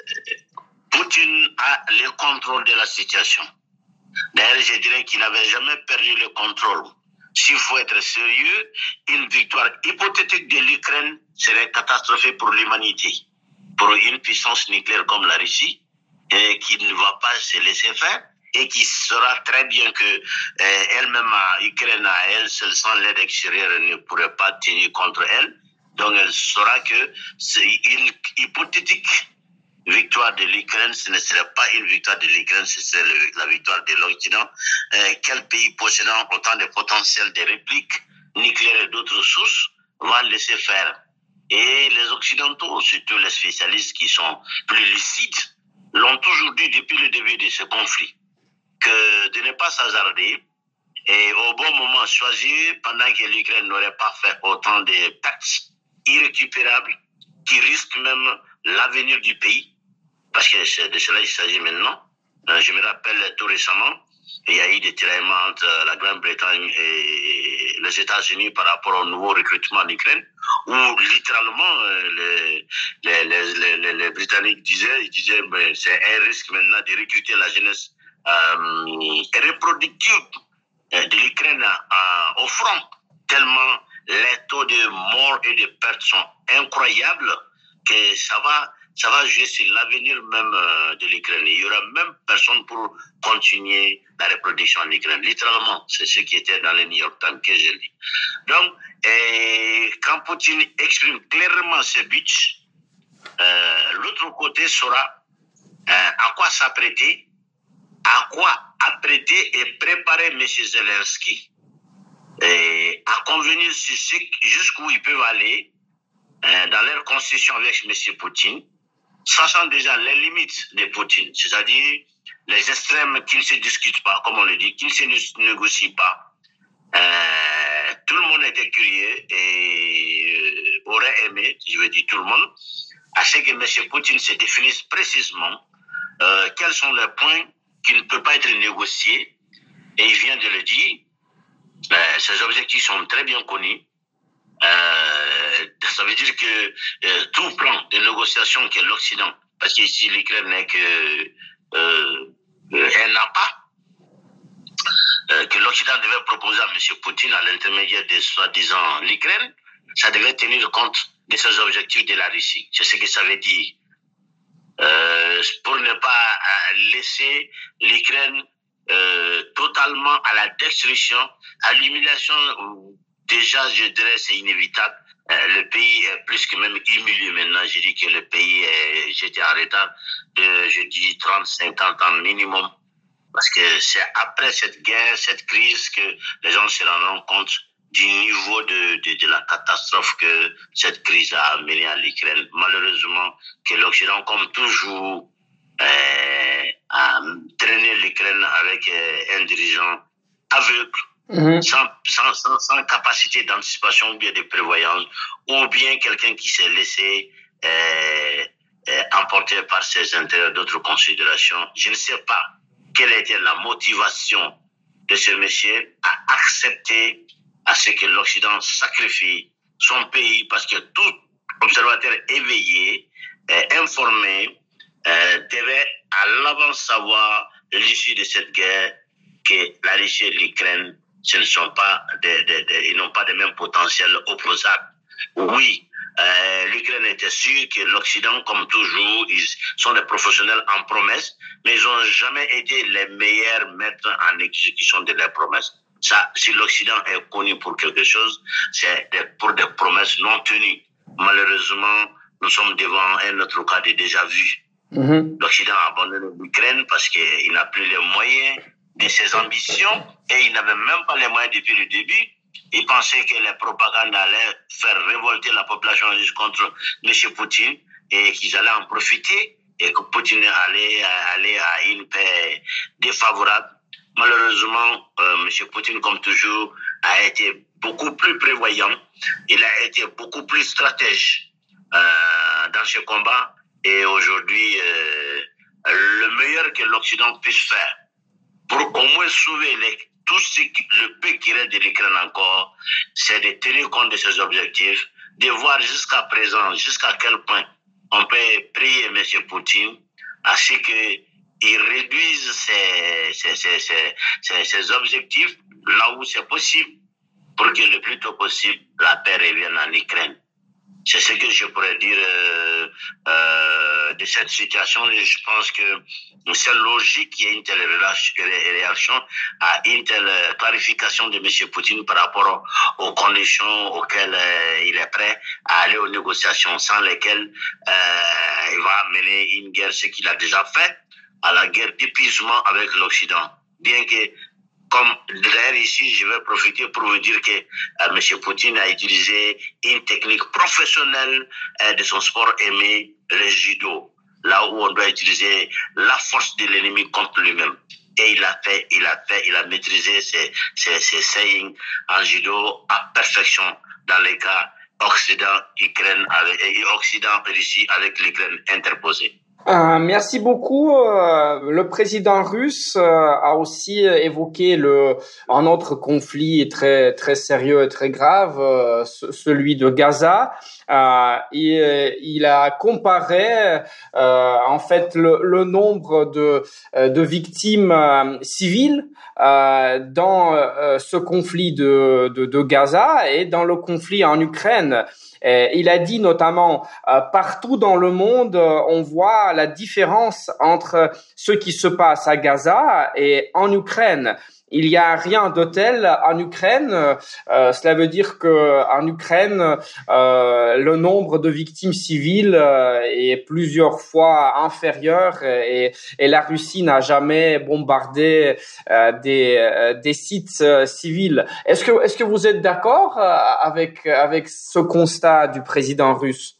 Poutine a le contrôle de la situation. D'ailleurs, je dirais qu'il n'avait jamais perdu le contrôle. S'il faut être sérieux, une victoire hypothétique de l'Ukraine serait catastrophique pour l'humanité, pour une puissance nucléaire comme la Russie, et qui ne va pas se laisser faire, et qui saura très bien que euh, elle-même, l'Ukraine à elle seule, sans l'aide extérieure, ne pourrait pas tenir contre elle. Donc elle saura que c'est une hypothétique victoire de l'Ukraine, ce ne serait pas une victoire de l'Ukraine, ce serait le, la victoire de l'Occident. Euh, quel pays possédant autant de potentiel de répliques nucléaires et d'autres sources va laisser faire? Et les Occidentaux, surtout les spécialistes qui sont plus lucides, l'ont toujours dit depuis le début de ce conflit, que de ne pas s'hasarder et au bon moment choisir, pendant que l'Ukraine n'aurait pas fait autant de pertes irrécupérables qui risquent même l'avenir du pays. Parce que c'est de cela il s'agit maintenant. Euh, je me rappelle tout récemment, il y a eu des tiraillements entre la Grande-Bretagne et les États-Unis par rapport au nouveau recrutement en Ukraine, où littéralement euh, les, les, les, les, les Britanniques disaient, ils disaient mais c'est un risque maintenant de recruter la jeunesse euh, reproductive de l'Ukraine euh, au front, tellement les taux de morts et de pertes sont incroyables que ça va ça va jouer sur l'avenir même euh, de l'Ukraine. Il y aura même personne pour continuer la reproduction en Ukraine. Littéralement, c'est ce qui était dans le New York Times que j'ai lu. Donc, et quand Poutine exprime clairement ce but, euh, l'autre côté saura euh, à quoi s'apprêter, à quoi apprêter et préparer M. Zelensky, et à convenir sur ce, jusqu'où ils peuvent aller euh, dans leur concession avec M. Poutine, sachant déjà les limites de Poutine, c'est-à-dire les extrêmes qui ne se discutent pas, comme on le dit, qui ne se négocient pas. Euh, tout le monde était curieux et euh, aurait aimé, je veux dire tout le monde, à ce que M. Poutine se définisse précisément euh, quels sont les points qui ne peuvent pas être négociés. Et il vient de le dire, euh, ces objectifs sont très bien connus. Euh, ça veut dire que euh, tout prend des négociations que l'Occident, parce qu'ici l'Ukraine n'est que euh, un appât, euh, que l'Occident devait proposer à M. Poutine à l'intermédiaire de soi-disant l'Ukraine, ça devait tenir compte de ses objectifs de la Russie. C'est ce que ça veut dire. Euh, pour ne pas laisser l'Ukraine euh, totalement à la destruction, à l'humiliation. Déjà, je dirais, c'est inévitable. Euh, le pays est plus que même humilié maintenant. Je dis que le pays est jeté en retard de, je dis, trente, cinquante ans minimum. Parce que c'est après cette guerre, cette crise, que les gens se rendent compte du niveau de, de, de la catastrophe que cette crise a amené à l'Ukraine. Malheureusement, que l'Occident, comme toujours, euh, a traîné l'Ukraine avec euh, un dirigeant aveugle, mmh. sans, sans, sans, sans capacité d'anticipation ou bien de prévoyance, ou bien quelqu'un qui s'est laissé euh, euh, emporter par ses intérêts, d'autres considérations. Je ne sais pas quelle était la motivation de ce monsieur à accepter à ce que l'Occident sacrifie son pays, parce que tout observateur éveillé, euh, informé, euh, devait à l'avance savoir l'issue de cette guerre, que la Russie et l'Ukraine, ce ne sont pas des, des, des, ils n'ont pas de même potentiel opposable. Oui, euh, l'Ukraine était sûre que l'Occident, comme toujours, ils sont des professionnels en promesses, mais ils n'ont jamais été les meilleurs maîtres en exécution de leurs promesses. Ça, si l'Occident est connu pour quelque chose, c'est pour des promesses non tenues. Malheureusement, nous sommes devant un autre cas de déjà-vu. Mmh. L'Occident a abandonné l'Ukraine parce qu'il n'a plus les moyens de ses ambitions, et il n'avait même pas les moyens depuis le début. Il pensait que les propagandes allaient faire révolter la population russe contre M. Poutine et qu'ils allaient en profiter et que Poutine allait aller à une paix défavorable. Malheureusement, euh, M. Poutine, comme toujours, a été beaucoup plus prévoyant. Il a été beaucoup plus stratège euh, dans ce combat. Et aujourd'hui, euh, le meilleur que l'Occident puisse faire pour au moins sauver les, tout ce qui, le peu qui reste de l'Ukraine encore, c'est de tenir compte de ses objectifs, de voir jusqu'à présent, jusqu'à quel point on peut prier M. Poutine à ce que ils réduisent ces, ces, ces, ces, ces objectifs là où c'est possible, pour que le plus tôt possible, la paix revienne en Ukraine. C'est ce que je pourrais dire euh, euh, de cette situation. Je pense que c'est logique qu'il y ait une telle réaction à une telle clarification de M. Poutine par rapport aux conditions auxquelles euh, il est prêt à aller aux négociations, sans lesquelles euh, il va mener une guerre, ce qu'il a déjà fait, à la guerre d'épuisement avec l'Occident. Bien que, comme d'ailleurs ici, je vais profiter pour vous dire que euh, M. Poutine a utilisé une technique professionnelle euh, de son sport aimé, le judo, là où on doit utiliser la force de l'ennemi contre lui-même. Et il a fait, il a fait, il a maîtrisé ses, ses, ses sayings en judo à perfection dans les cas Occident-Ukraine et Occident-Russie avec l'Ukraine interposée. Euh, merci beaucoup. Euh, le président russe euh, a aussi évoqué le un autre conflit très très sérieux et très grave, euh, celui de Gaza. Euh, et, il a comparé euh, en fait le, le nombre de de victimes euh, civiles euh, dans euh, ce conflit de, de de Gaza et dans le conflit en Ukraine. Et il a dit notamment euh, partout dans le monde, euh, on voit la différence entre ce qui se passe à Gaza et en Ukraine. Il y a rien de tel en Ukraine. Euh, cela veut dire que en Ukraine, euh, le nombre de victimes civiles euh, est plusieurs fois inférieur et, et la Russie n'a jamais bombardé euh, des, euh, des sites euh, civils. Est-ce que, est-ce que vous êtes d'accord euh, avec avec ce constat du président russe?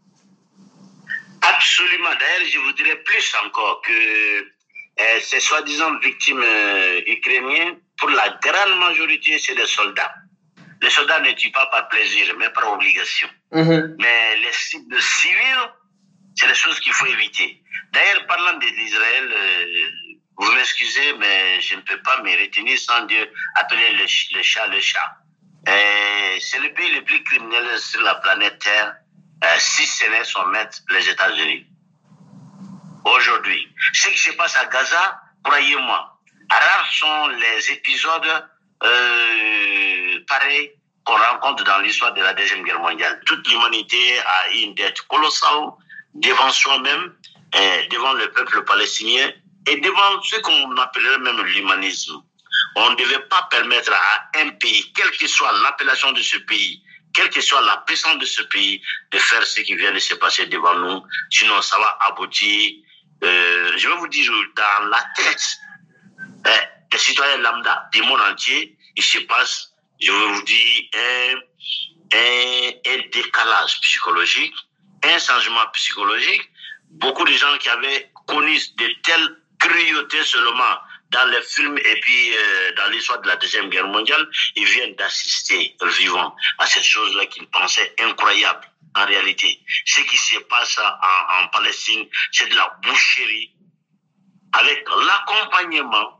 Absolument. D'ailleurs, je vous dirais plus encore que Euh, ces soi-disant victimes euh, ukrainiennes, pour la grande majorité, c'est des soldats. Les soldats ne tuent pas par plaisir, mais par obligation. Mm-hmm. Mais les cibles civiles, c'est des choses qu'il faut éviter. D'ailleurs, parlant d'Israël, euh, vous m'excusez, mais je ne peux pas me retenir sans Dieu appeler le, le chat le chat. Et c'est le pays le plus criminel sur la planète Terre, euh, si ce n'est son maître, les États-Unis. Aujourd'hui, ce qui se passe à Gaza, croyez-moi, rares sont les épisodes euh, pareils qu'on rencontre dans l'histoire de la Deuxième Guerre mondiale. Toute l'humanité a une dette colossale devant soi-même, eh, devant le peuple palestinien et devant ce qu'on appellerait même l'humanisme. On ne devait pas permettre à un pays, quelle que soit l'appellation de ce pays, quelle que soit la puissance de ce pays, de faire ce qui vient de se passer devant nous. Sinon, ça va aboutir, euh, je vais vous dire, dans la tête eh, des citoyens lambda du monde entier, il se passe, je vais vous dire, un, un, un décalage psychologique, un changement psychologique. Beaucoup de gens qui avaient connu de telles cruautés seulement dans les films et puis euh, dans l'histoire de la Deuxième Guerre mondiale, ils viennent d'assister vivant à ces choses-là qu'ils pensaient incroyables en réalité. Ce qui se passe en, en Palestine, c'est de la boucherie avec l'accompagnement,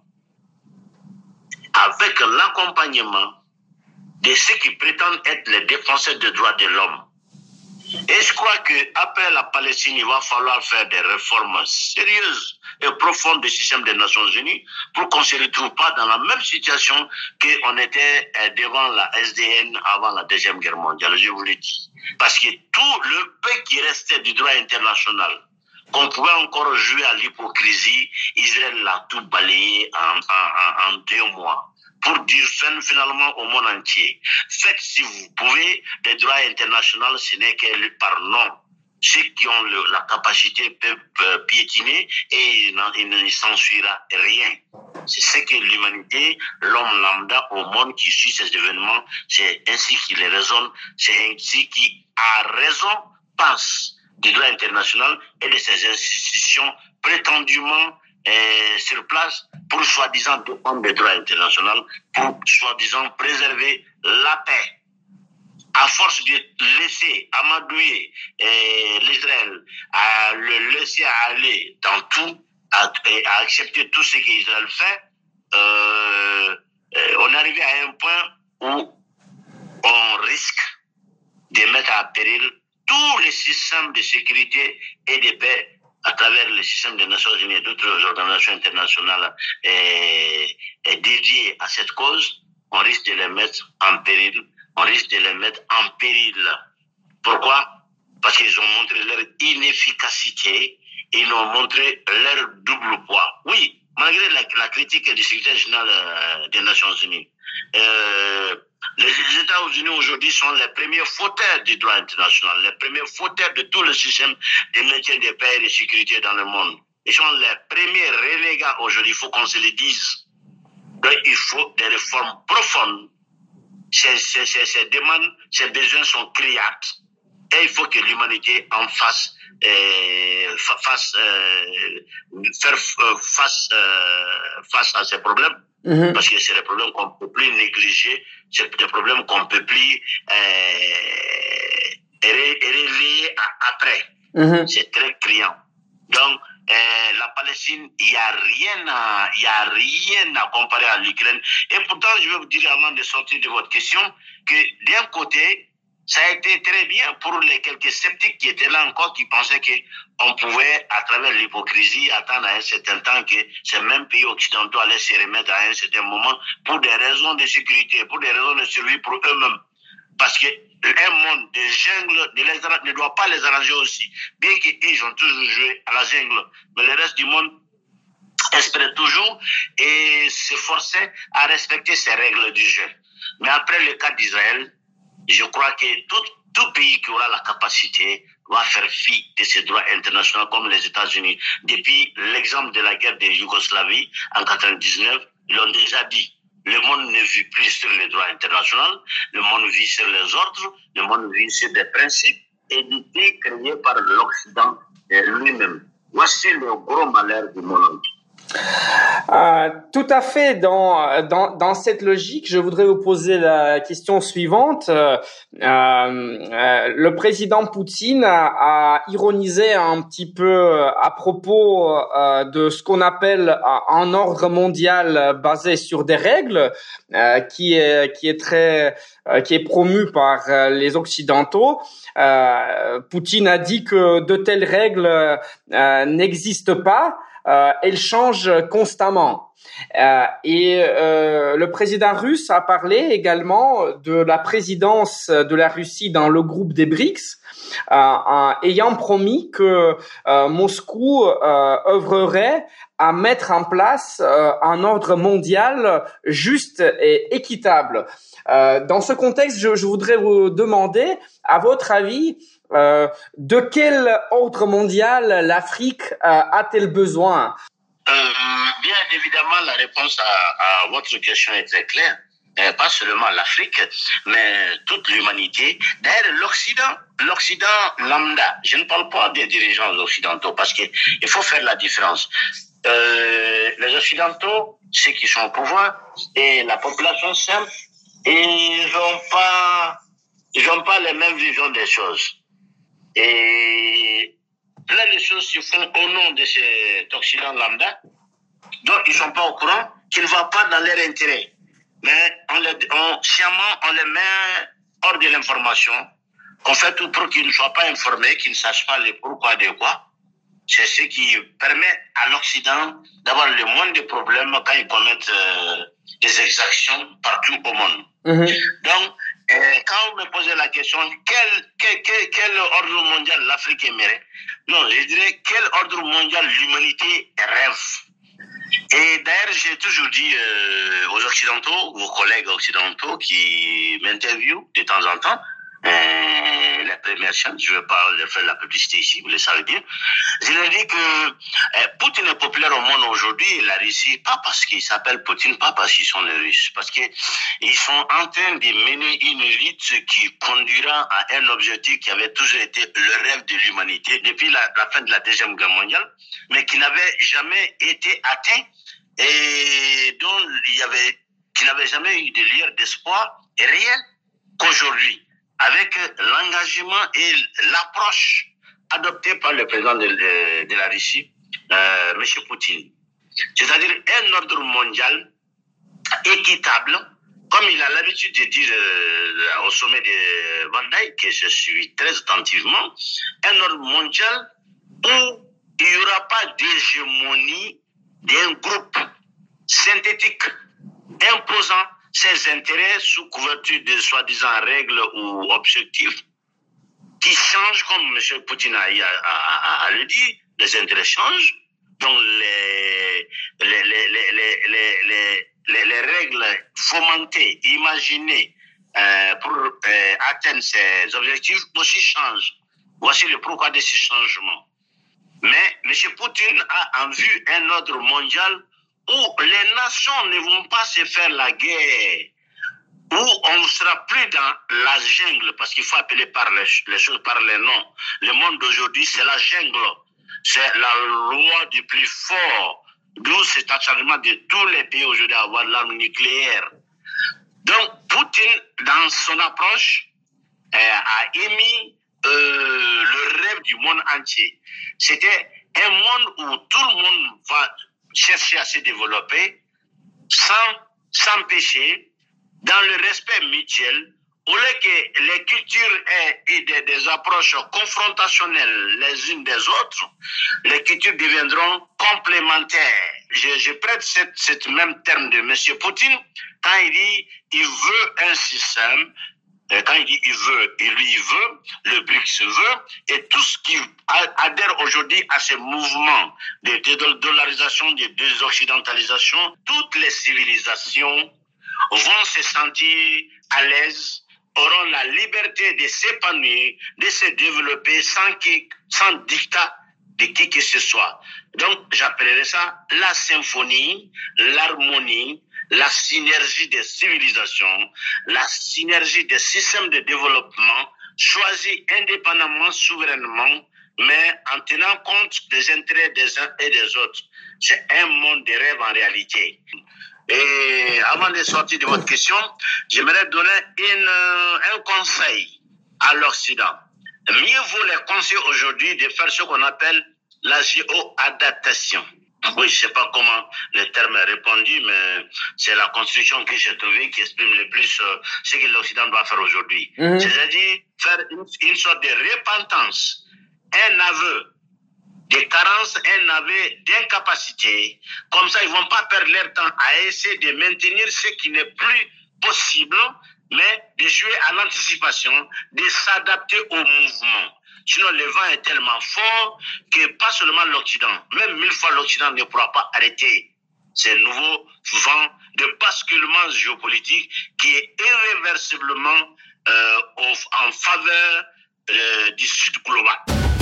avec l'accompagnement de ceux qui prétendent être les défenseurs des droits de l'homme. Et je crois qu'après la Palestine, il va falloir faire des réformes sérieuses et profondes du système des Nations Unies pour qu'on ne se retrouve pas dans la même situation qu'on était devant la S D N avant la Deuxième Guerre mondiale, je vous le dis. Parce que tout le peu qui restait du droit international, qu'on pouvait encore jouer à l'hypocrisie, Israël l'a tout balayé en, en, en deux mois. Pour dire finalement au monde entier, faites si vous pouvez, les droits internationaux, ce n'est que par nom. Ceux qui ont le, la capacité peuvent euh, piétiner et il ne s'ensuira rien. C'est ce que l'humanité, l'homme lambda au monde qui suit ces événements, c'est ainsi qu'il raisonne, c'est ainsi qu'il a raison, pense du droit international et de ces institutions prétendument Euh, sur place pour soi-disant défendre les droits internationaux, pour soi-disant préserver la paix. À force de laisser amadouer euh, l'Israël, à le laisser aller dans tout, à, à accepter tout ce qu'Israël fait, euh, euh, on est arrivé à un point où on risque de mettre à péril tous les systèmes de sécurité et de paix à travers le système des Nations Unies et d'autres organisations internationales et, et dédiées à cette cause. On risque de les mettre en péril. On risque de les mettre en péril. Pourquoi? Parce qu'ils ont montré leur inefficacité. Ils ont montré leur double poids. Oui, malgré la, la critique du secrétaire général euh, des Nations Unies, euh, les États-Unis aujourd'hui sont les premiers fauteurs du droit international, les premiers fauteurs de tout le système de maintien de paix et de sécurité dans le monde. Ils sont les premiers relégats aujourd'hui, il faut qu'on se le dise. Donc, il faut des réformes profondes. Ces, ces, ces, ces demandes, ces besoins sont criards. Et il faut que l'humanité en fasse, euh, fasse euh, faire euh, face, euh, face à ces problèmes. Mmh. Parce que c'est des problèmes qu'on ne peut plus négliger, c'est des problèmes qu'on ne peut plus euh, relayer après. Mmh. C'est très criant. Donc, euh, la Palestine, il n'y a rien à, il y a rien à comparer à l'Ukraine. Et pourtant, je vais vous dire avant de sortir de votre question que d'un côté, ça a été très bien pour les quelques sceptiques qui étaient là encore, qui pensaient qu'on pouvait, à travers l'hypocrisie, attendre à un certain temps que ces mêmes pays occidentaux allaient se remettre à un certain moment pour des raisons de sécurité, pour des raisons de survie pour eux-mêmes. Parce que un monde de jungle ne, les, ne doit pas les arranger aussi. Bien qu'ils ont toujours joué à la jungle, mais le reste du monde espérait toujours et se forçait à respecter ces règles du jeu. Mais après le cas d'Israël, je crois que tout, tout pays qui aura la capacité va faire fi de ces droits internationaux comme les États-Unis. Depuis l'exemple de la guerre de Yougoslavie en quatre-vingt-dix-neuf, ils l'ont déjà dit. Le monde ne vit plus sur les droits internationaux, le monde vit sur les ordres, le monde vit sur des principes édités, créés par l'Occident lui-même. Voici le gros malheur du monde. Euh, tout à fait. Dans, dans, dans cette logique, je voudrais vous poser la question suivante. Euh, euh, le président Poutine a, a ironisé un petit peu à propos euh, de ce qu'on appelle un ordre mondial basé sur des règles, euh, qui est qui est très euh, qui est promu par euh, les Occidentaux. Euh, Poutine a dit que de telles règles euh, n'existent pas. Euh, elle change constamment. Euh, et euh, le président russe a parlé également de la présidence de la Russie dans le groupe des BRICS, euh, euh, ayant promis que euh, Moscou euh, œuvrerait à mettre en place euh, un ordre mondial juste et équitable. Euh, dans ce contexte, je, je voudrais vous demander, à votre avis, Euh, de quel ordre mondial l'Afrique euh, a-t-elle besoin? euh, Bien évidemment, la réponse à, à votre question est très claire. Euh, pas seulement l'Afrique, mais toute l'humanité. D'ailleurs, l'Occident, l'Occident lambda, je ne parle pas des dirigeants occidentaux parce que il faut faire la différence. Euh, les Occidentaux, ceux qui sont au pouvoir, et la population simple, ils n'ont pas, ils n'ont pas les mêmes visions des choses. Et plein de choses se font au nom de cet Occident lambda, dont ils ne sont pas au courant, qui ne va pas dans leur intérêt. Mais on les, on, sciemment, on les met hors de l'information, qu'on fait tout pour qu'ils ne soient pas informés, qu'ils ne sachent pas le pourquoi de quoi. C'est ce qui permet à l'Occident d'avoir le moins de problèmes quand ils commettent euh, des exactions partout au monde. Mmh. Donc, Euh, quand vous me posez la question, quel, quel, quel, quel ordre mondial l'Afrique aimerait? Non, je dirais quel ordre mondial l'humanité rêve. Et d'ailleurs, j'ai toujours dit euh, aux Occidentaux, aux collègues occidentaux qui m'interviewent de temps en temps, euh, la première chaîne, je ne vais pas leur faire la publicité ici, vous le savez bien. Je leur dis que euh, Poutine est populaire au monde aujourd'hui, la Russie, pas parce qu'il s'appelle Poutine, pas parce qu'ils sont les Russes, parce qu'ils sont en train de mener une lutte qui conduira à un objectif qui avait toujours été le rêve de l'humanité depuis la, la fin de la Deuxième Guerre mondiale, mais qui n'avait jamais été atteint et dont il y avait, qui n'avait jamais eu de lueur d'espoir réel qu'aujourd'hui, avec l'engagement et l'approche adoptée par le président de, de, de la Russie, euh, M. Poutine. C'est-à-dire un ordre mondial équitable, comme il a l'habitude de dire euh, au sommet de Van Dyck, que je suis très attentivement, un ordre mondial où il n'y aura pas d'hégémonie d'un groupe synthétique imposant ses intérêts sous couverture de soi-disant règles ou objectifs qui changent, comme M. Poutine a, a, a, a le dit, les intérêts changent, donc les, les, les, les, les, les, les, les règles fomentées, imaginées euh, pour euh, atteindre ces objectifs aussi changent. Voici le pourquoi de ces changements. Mais M. Poutine a en vue un ordre mondial où les nations ne vont pas se faire la guerre, où on ne sera plus dans la jungle, parce qu'il faut appeler par les, les choses par les noms. Le monde d'aujourd'hui, c'est la jungle. C'est la loi du plus fort, d'où cet acharnement de tous les pays aujourd'hui à avoir l'arme nucléaire. Donc, Poutine, dans son approche, euh, a émis euh, le rêve du monde entier. C'était un monde où tout le monde va chercher à se développer sans s'empêcher, dans le respect mutuel, au lieu que les cultures aient et des, des approches confrontationnelles les unes des autres, les cultures deviendront complémentaires. Je, je prête cette, cette même terme de M. Poutine quand il dit il veut un système. Quand il dit il veut, et lui il veut, le BRICS veut, et tout ce qui adhère aujourd'hui à ces mouvements de dédollarisation, de désoccidentalisation, toutes les civilisations vont se sentir à l'aise, auront la liberté de s'épanouir, de se développer sans, qui, sans dictat de qui que ce soit. Donc, j'appellerais ça la symphonie, l'harmonie, la synergie des civilisations, la synergie des systèmes de développement choisis indépendamment, souverainement, mais en tenant compte des intérêts des uns et des autres. C'est un monde de rêve en réalité. Et avant de sortir de votre question, j'aimerais donner une, un conseil à l'Occident. Mieux vaut les conseils aujourd'hui de faire ce qu'on appelle la géo-adaptation. Oui, je ne sais pas comment le terme est répondu, mais c'est la constitution que j'ai trouvée qui exprime le plus euh, ce que l'Occident doit faire aujourd'hui. Mmh. C'est-à-dire faire une, une sorte de repentance, un aveu de carence, un aveu d'incapacité. Comme ça, ils ne vont pas perdre leur temps à essayer de maintenir ce qui n'est plus possible, mais de jouer à l'anticipation, de s'adapter au mouvement. Sinon, le vent est tellement fort que pas seulement l'Occident, même mille fois l'Occident ne pourra pas arrêter ce nouveau vent de basculement géopolitique qui est irréversiblement euh, en faveur euh, du Sud global.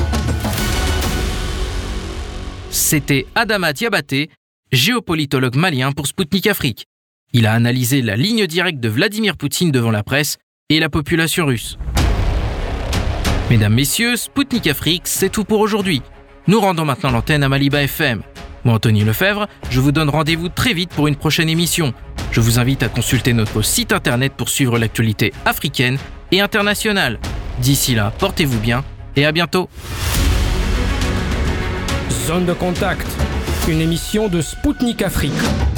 C'était Adama Diabaté, géopolitologue malien pour Spoutnik Afrique. Il a analysé la ligne directe de Vladimir Poutine devant la presse et la population russe. Mesdames, Messieurs, Spoutnik Afrique, c'est tout pour aujourd'hui. Nous rendons maintenant l'antenne à Maliba F M. Moi, Anthony Lefebvre, je vous donne rendez-vous très vite pour une prochaine émission. Je vous invite à consulter notre site internet pour suivre l'actualité africaine et internationale. D'ici là, portez-vous bien et à bientôt. Zone de contact, une émission de Spoutnik Afrique.